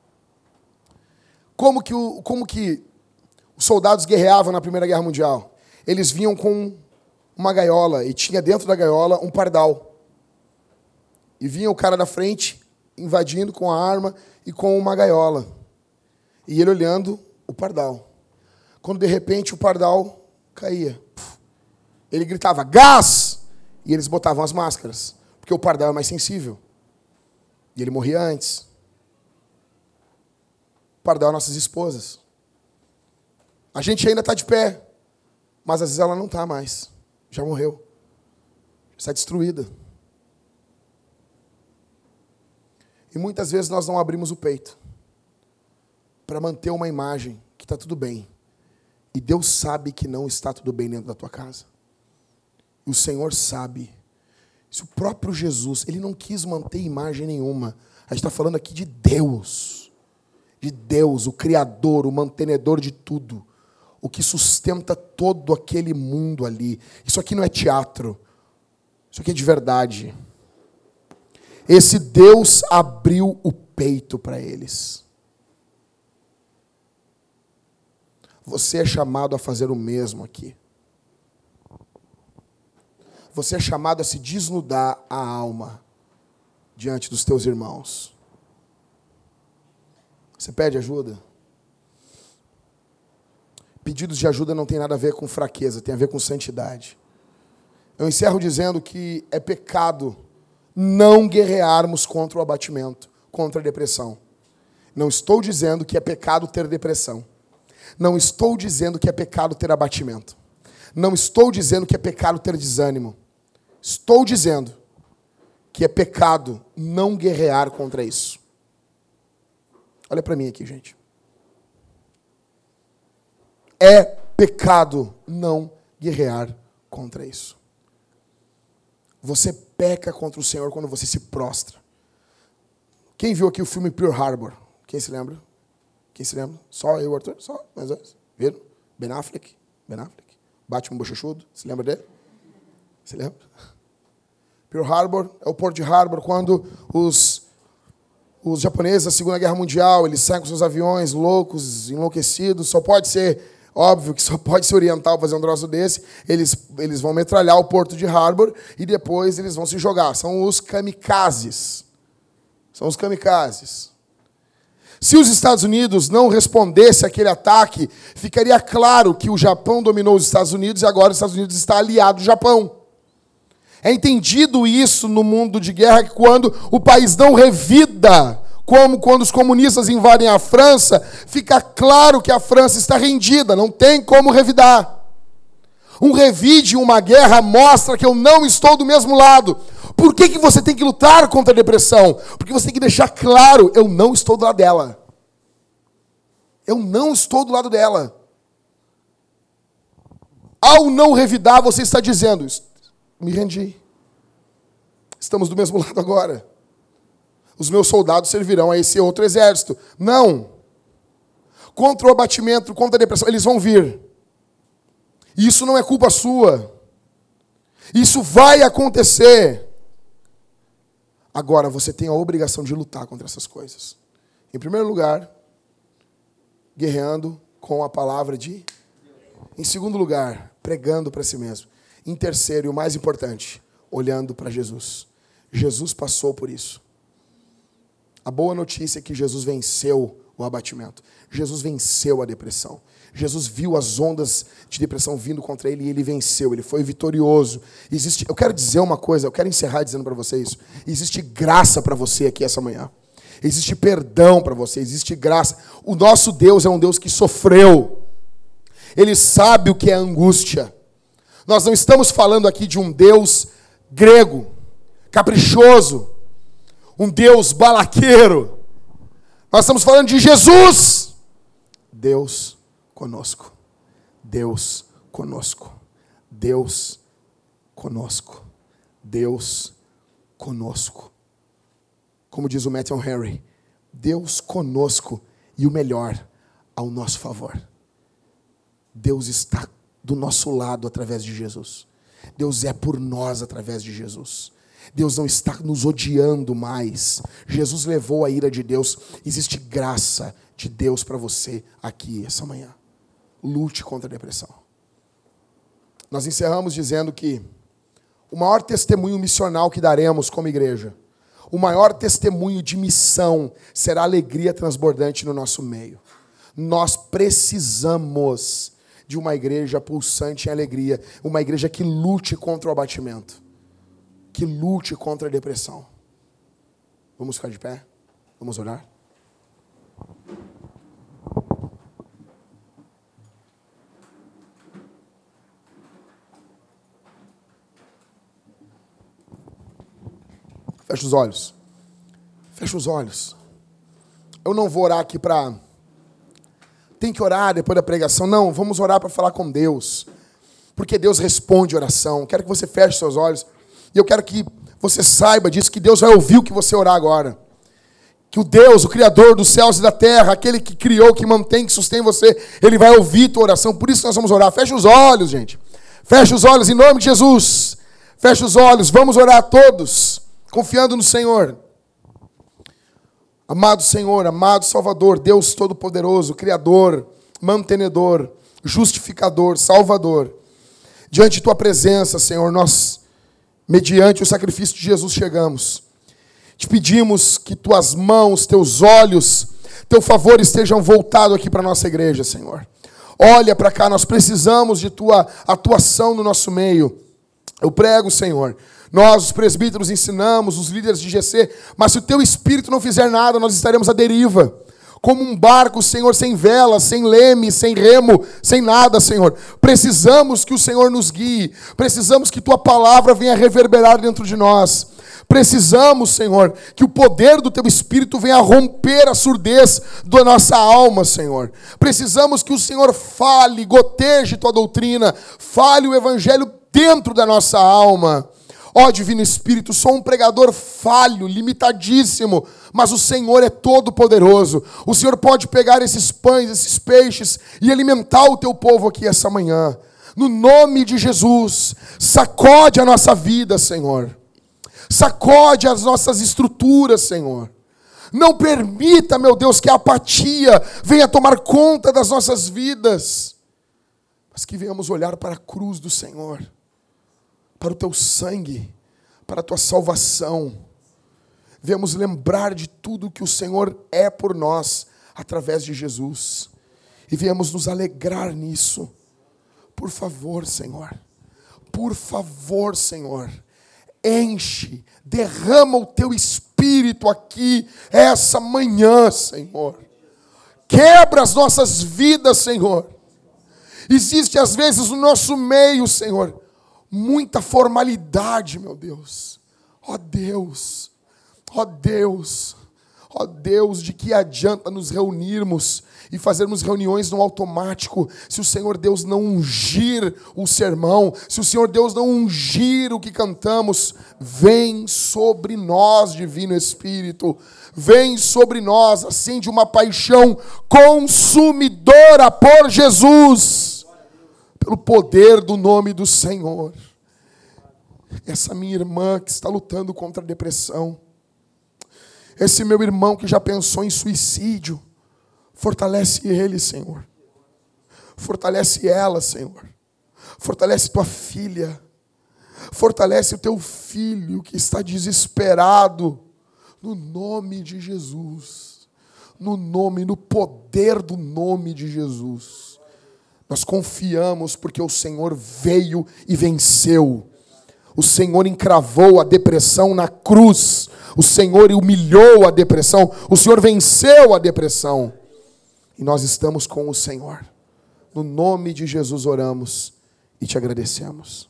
Como que, o, como que os soldados guerreavam na Primeira Guerra Mundial? Eles vinham com uma gaiola, e tinha dentro da gaiola um pardal. E vinha o cara da frente, invadindo com a arma e com uma gaiola. E ele olhando o pardal. Quando, de repente, o pardal caía. Ele gritava, gás! E eles botavam as máscaras, porque o pardal é mais sensível. E ele morria antes. O pardal é nossas esposas. A gente ainda está de pé, mas às vezes ela não está mais. Já morreu. Está destruída. E muitas vezes nós não abrimos o peito para manter uma imagem que está tudo bem. E Deus sabe que não está tudo bem dentro da tua casa. E o Senhor sabe. Se o próprio Jesus, ele não quis manter imagem nenhuma. A gente está falando aqui de Deus. De Deus, o Criador, o mantenedor de tudo. O que sustenta todo aquele mundo ali. Isso aqui não é teatro. Isso aqui é de verdade. Esse Deus abriu o peito para eles. Você é chamado a fazer o mesmo aqui. Você é chamado a se desnudar a alma diante dos teus irmãos. Você pede ajuda? Pedidos de ajuda não tem nada a ver com fraqueza, tem a ver com santidade. Eu encerro dizendo que é pecado não guerrearmos contra o abatimento, contra a depressão. Não estou dizendo que é pecado ter depressão. Não estou dizendo que é pecado ter abatimento. Não estou dizendo que é pecado ter desânimo. Estou dizendo que é pecado não guerrear contra isso. Olha para mim aqui, gente. É pecado não guerrear contra isso. Você peca contra o Senhor quando você se prostra. Quem viu aqui o filme Pearl Harbor? Quem se lembra? Quem se lembra? Só eu, Arthur? Só, mais dois. Viram? Ben Affleck? Ben Affleck? Batman bochechudo? Se lembra dele? Se lembra? Pearl Harbor é o porto de Harbor, quando os, os japoneses da Segunda Guerra Mundial, eles saem com seus aviões loucos, enlouquecidos, só pode ser, óbvio que só pode ser oriental fazer um troço desse, eles, eles vão metralhar o porto de Harbor e depois eles vão se jogar. São os kamikazes. São os kamikazes. Se os Estados Unidos não respondessem àquele ataque, ficaria claro que o Japão dominou os Estados Unidos e agora os Estados Unidos está aliado ao Japão. É entendido isso no mundo de guerra, que quando o país não revida, como quando os comunistas invadem a França, fica claro que a França está rendida, não tem como revidar. Um revide em uma guerra mostra que eu não estou do mesmo lado. Por que que você tem que lutar contra a depressão? Porque você tem que deixar claro, eu não estou do lado dela. Eu não estou do lado dela. Ao não revidar, você está dizendo, me rendi. Estamos do mesmo lado agora. Os meus soldados servirão a esse outro exército. Não. Contra o abatimento, contra a depressão, eles vão vir. E isso não é culpa sua. Isso vai acontecer. Agora, você tem a obrigação de lutar contra essas coisas. Em primeiro lugar, guerreando com a palavra de... Em segundo lugar, pregando para si mesmo. Em terceiro, e o mais importante, olhando para Jesus. Jesus passou por isso. A boa notícia é que Jesus venceu o abatimento. Jesus venceu a depressão. Jesus viu as ondas de depressão vindo contra ele e ele venceu, ele foi vitorioso. Existe, eu quero dizer uma coisa, eu quero encerrar dizendo para você isso. Existe graça para você aqui essa manhã. Existe perdão para você, existe graça. O nosso Deus é um Deus que sofreu. Ele sabe o que é angústia. Nós não estamos falando aqui de um Deus grego, caprichoso, um Deus balaqueiro. Nós estamos falando de Jesus. Deus conosco. Deus conosco. Deus conosco. Deus conosco. Como diz o Matthew Henry, Deus conosco e o melhor, ao nosso favor. Deus está do nosso lado através de Jesus. Deus é por nós através de Jesus. Deus não está nos odiando mais. Jesus levou a ira de Deus. Existe graça de Deus para você aqui essa manhã. Lute contra a depressão. Nós encerramos dizendo que o maior testemunho missional que daremos como igreja, o maior testemunho de missão será a alegria transbordante no nosso meio. Nós precisamos de uma igreja pulsante em alegria, uma igreja que lute contra o abatimento, que lute contra a depressão. Vamos ficar de pé? Vamos orar? Fecha os olhos. Fecha os olhos. Eu não vou orar aqui para... Tem que orar depois da pregação. Não, vamos orar para falar com Deus. Porque Deus responde oração. Quero que você feche seus olhos. E eu quero que você saiba disso, que Deus vai ouvir o que você orar agora. Que o Deus, o Criador dos céus e da terra, aquele que criou, que mantém, que sustém você, Ele vai ouvir tua oração. Por isso que nós vamos orar. Fecha os olhos, gente. Fecha os olhos em nome de Jesus. Fecha os olhos. Vamos orar todos, confiando no Senhor. Amado Senhor, amado Salvador, Deus Todo-Poderoso, Criador, Mantenedor, Justificador, Salvador. Diante de tua presença, Senhor, nós, mediante o sacrifício de Jesus, chegamos. Te pedimos que tuas mãos, teus olhos, teu favor estejam voltados aqui para a nossa igreja, Senhor. Olha para cá, nós precisamos de tua atuação no nosso meio. Eu prego, Senhor. Nós, os presbíteros, ensinamos, os líderes de G C, mas se o teu Espírito não fizer nada, nós estaremos à deriva. Como um barco, Senhor, sem vela, sem leme, sem remo, sem nada, Senhor. Precisamos que o Senhor nos guie. Precisamos que tua palavra venha reverberar dentro de nós. Precisamos, Senhor, que o poder do teu Espírito venha romper a surdez da nossa alma, Senhor. Precisamos que o Senhor fale, goteje tua doutrina, fale o Evangelho dentro da nossa alma. Ó Divino Espírito, sou um pregador falho, limitadíssimo, mas o Senhor é todo poderoso. O Senhor pode pegar esses pães, esses peixes e alimentar o teu povo aqui essa manhã. No nome de Jesus, sacode a nossa vida, Senhor. Sacode as nossas estruturas, Senhor. Não permita, meu Deus, que a apatia venha tomar conta das nossas vidas, mas que venhamos olhar para a cruz do Senhor, para o teu sangue, para a tua salvação. Venhamos lembrar de tudo que o Senhor é por nós, através de Jesus. E venhamos nos alegrar nisso. Por favor, Senhor. Por favor, Senhor. enche, derrama o teu espírito aqui, essa manhã, Senhor. Quebra as nossas vidas, Senhor. Existe às vezes no nosso meio, Senhor, muita formalidade, meu Deus. Ó Deus, ó Deus, ó Deus, de que adianta nos reunirmos e fazermos reuniões no automático, se o Senhor Deus não ungir o sermão, se o Senhor Deus não ungir o que cantamos. Vem sobre nós, Divino Espírito, vem sobre nós, acende uma paixão consumidora por Jesus, pelo poder do nome do Senhor. Essa minha irmã que está lutando contra a depressão, esse meu irmão que já pensou em suicídio, fortalece ele, Senhor. Fortalece ela, Senhor. Fortalece tua filha. Fortalece o teu filho que está desesperado. No nome de Jesus. No nome, no poder do nome de Jesus. Nós confiamos porque o Senhor veio e venceu. O Senhor encravou a depressão na cruz. O Senhor humilhou a depressão. O Senhor venceu a depressão. E nós estamos com o Senhor. No nome de Jesus oramos e te agradecemos.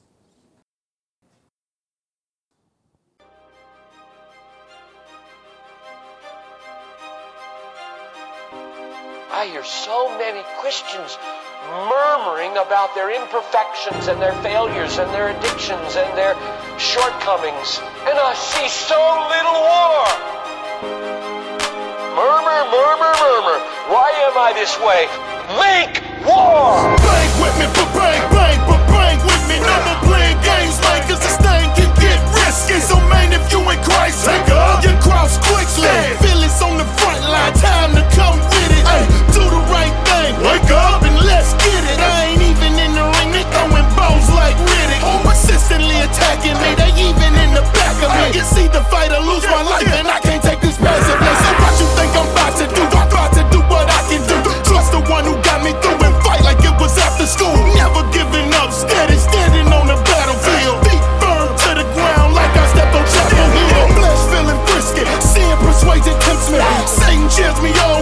I hear so many Christians murmuring about their imperfections and their failures and their addictions and their shortcomings. And I see so little war. Murmur, murmur, murmur. Why am I this way? Make war! Bang with me, but bang, bang, but bang with me. Never playing games, man, cause this thing can get risky. So man, if you in Christ, take up your cross quickly. Feel it's on the front line, time to come with it. Ay, do the right thing, wake up and let's get it. I ain't even in the ring, they throwing bows like Riddick. Persistently attacking me, they even in the back of me. You see the fight or lose my life, and I can't take this passively. So what you think I'm about to do? I'm about to do what I can do. Trust the one who got me through and fight like it was after school. Never giving up, steady standing on the battlefield. Feet firm to the ground like I stepped on Chapel Hill. Flesh feeling frisky, sin persuasion tempts me. Satan cheers me on.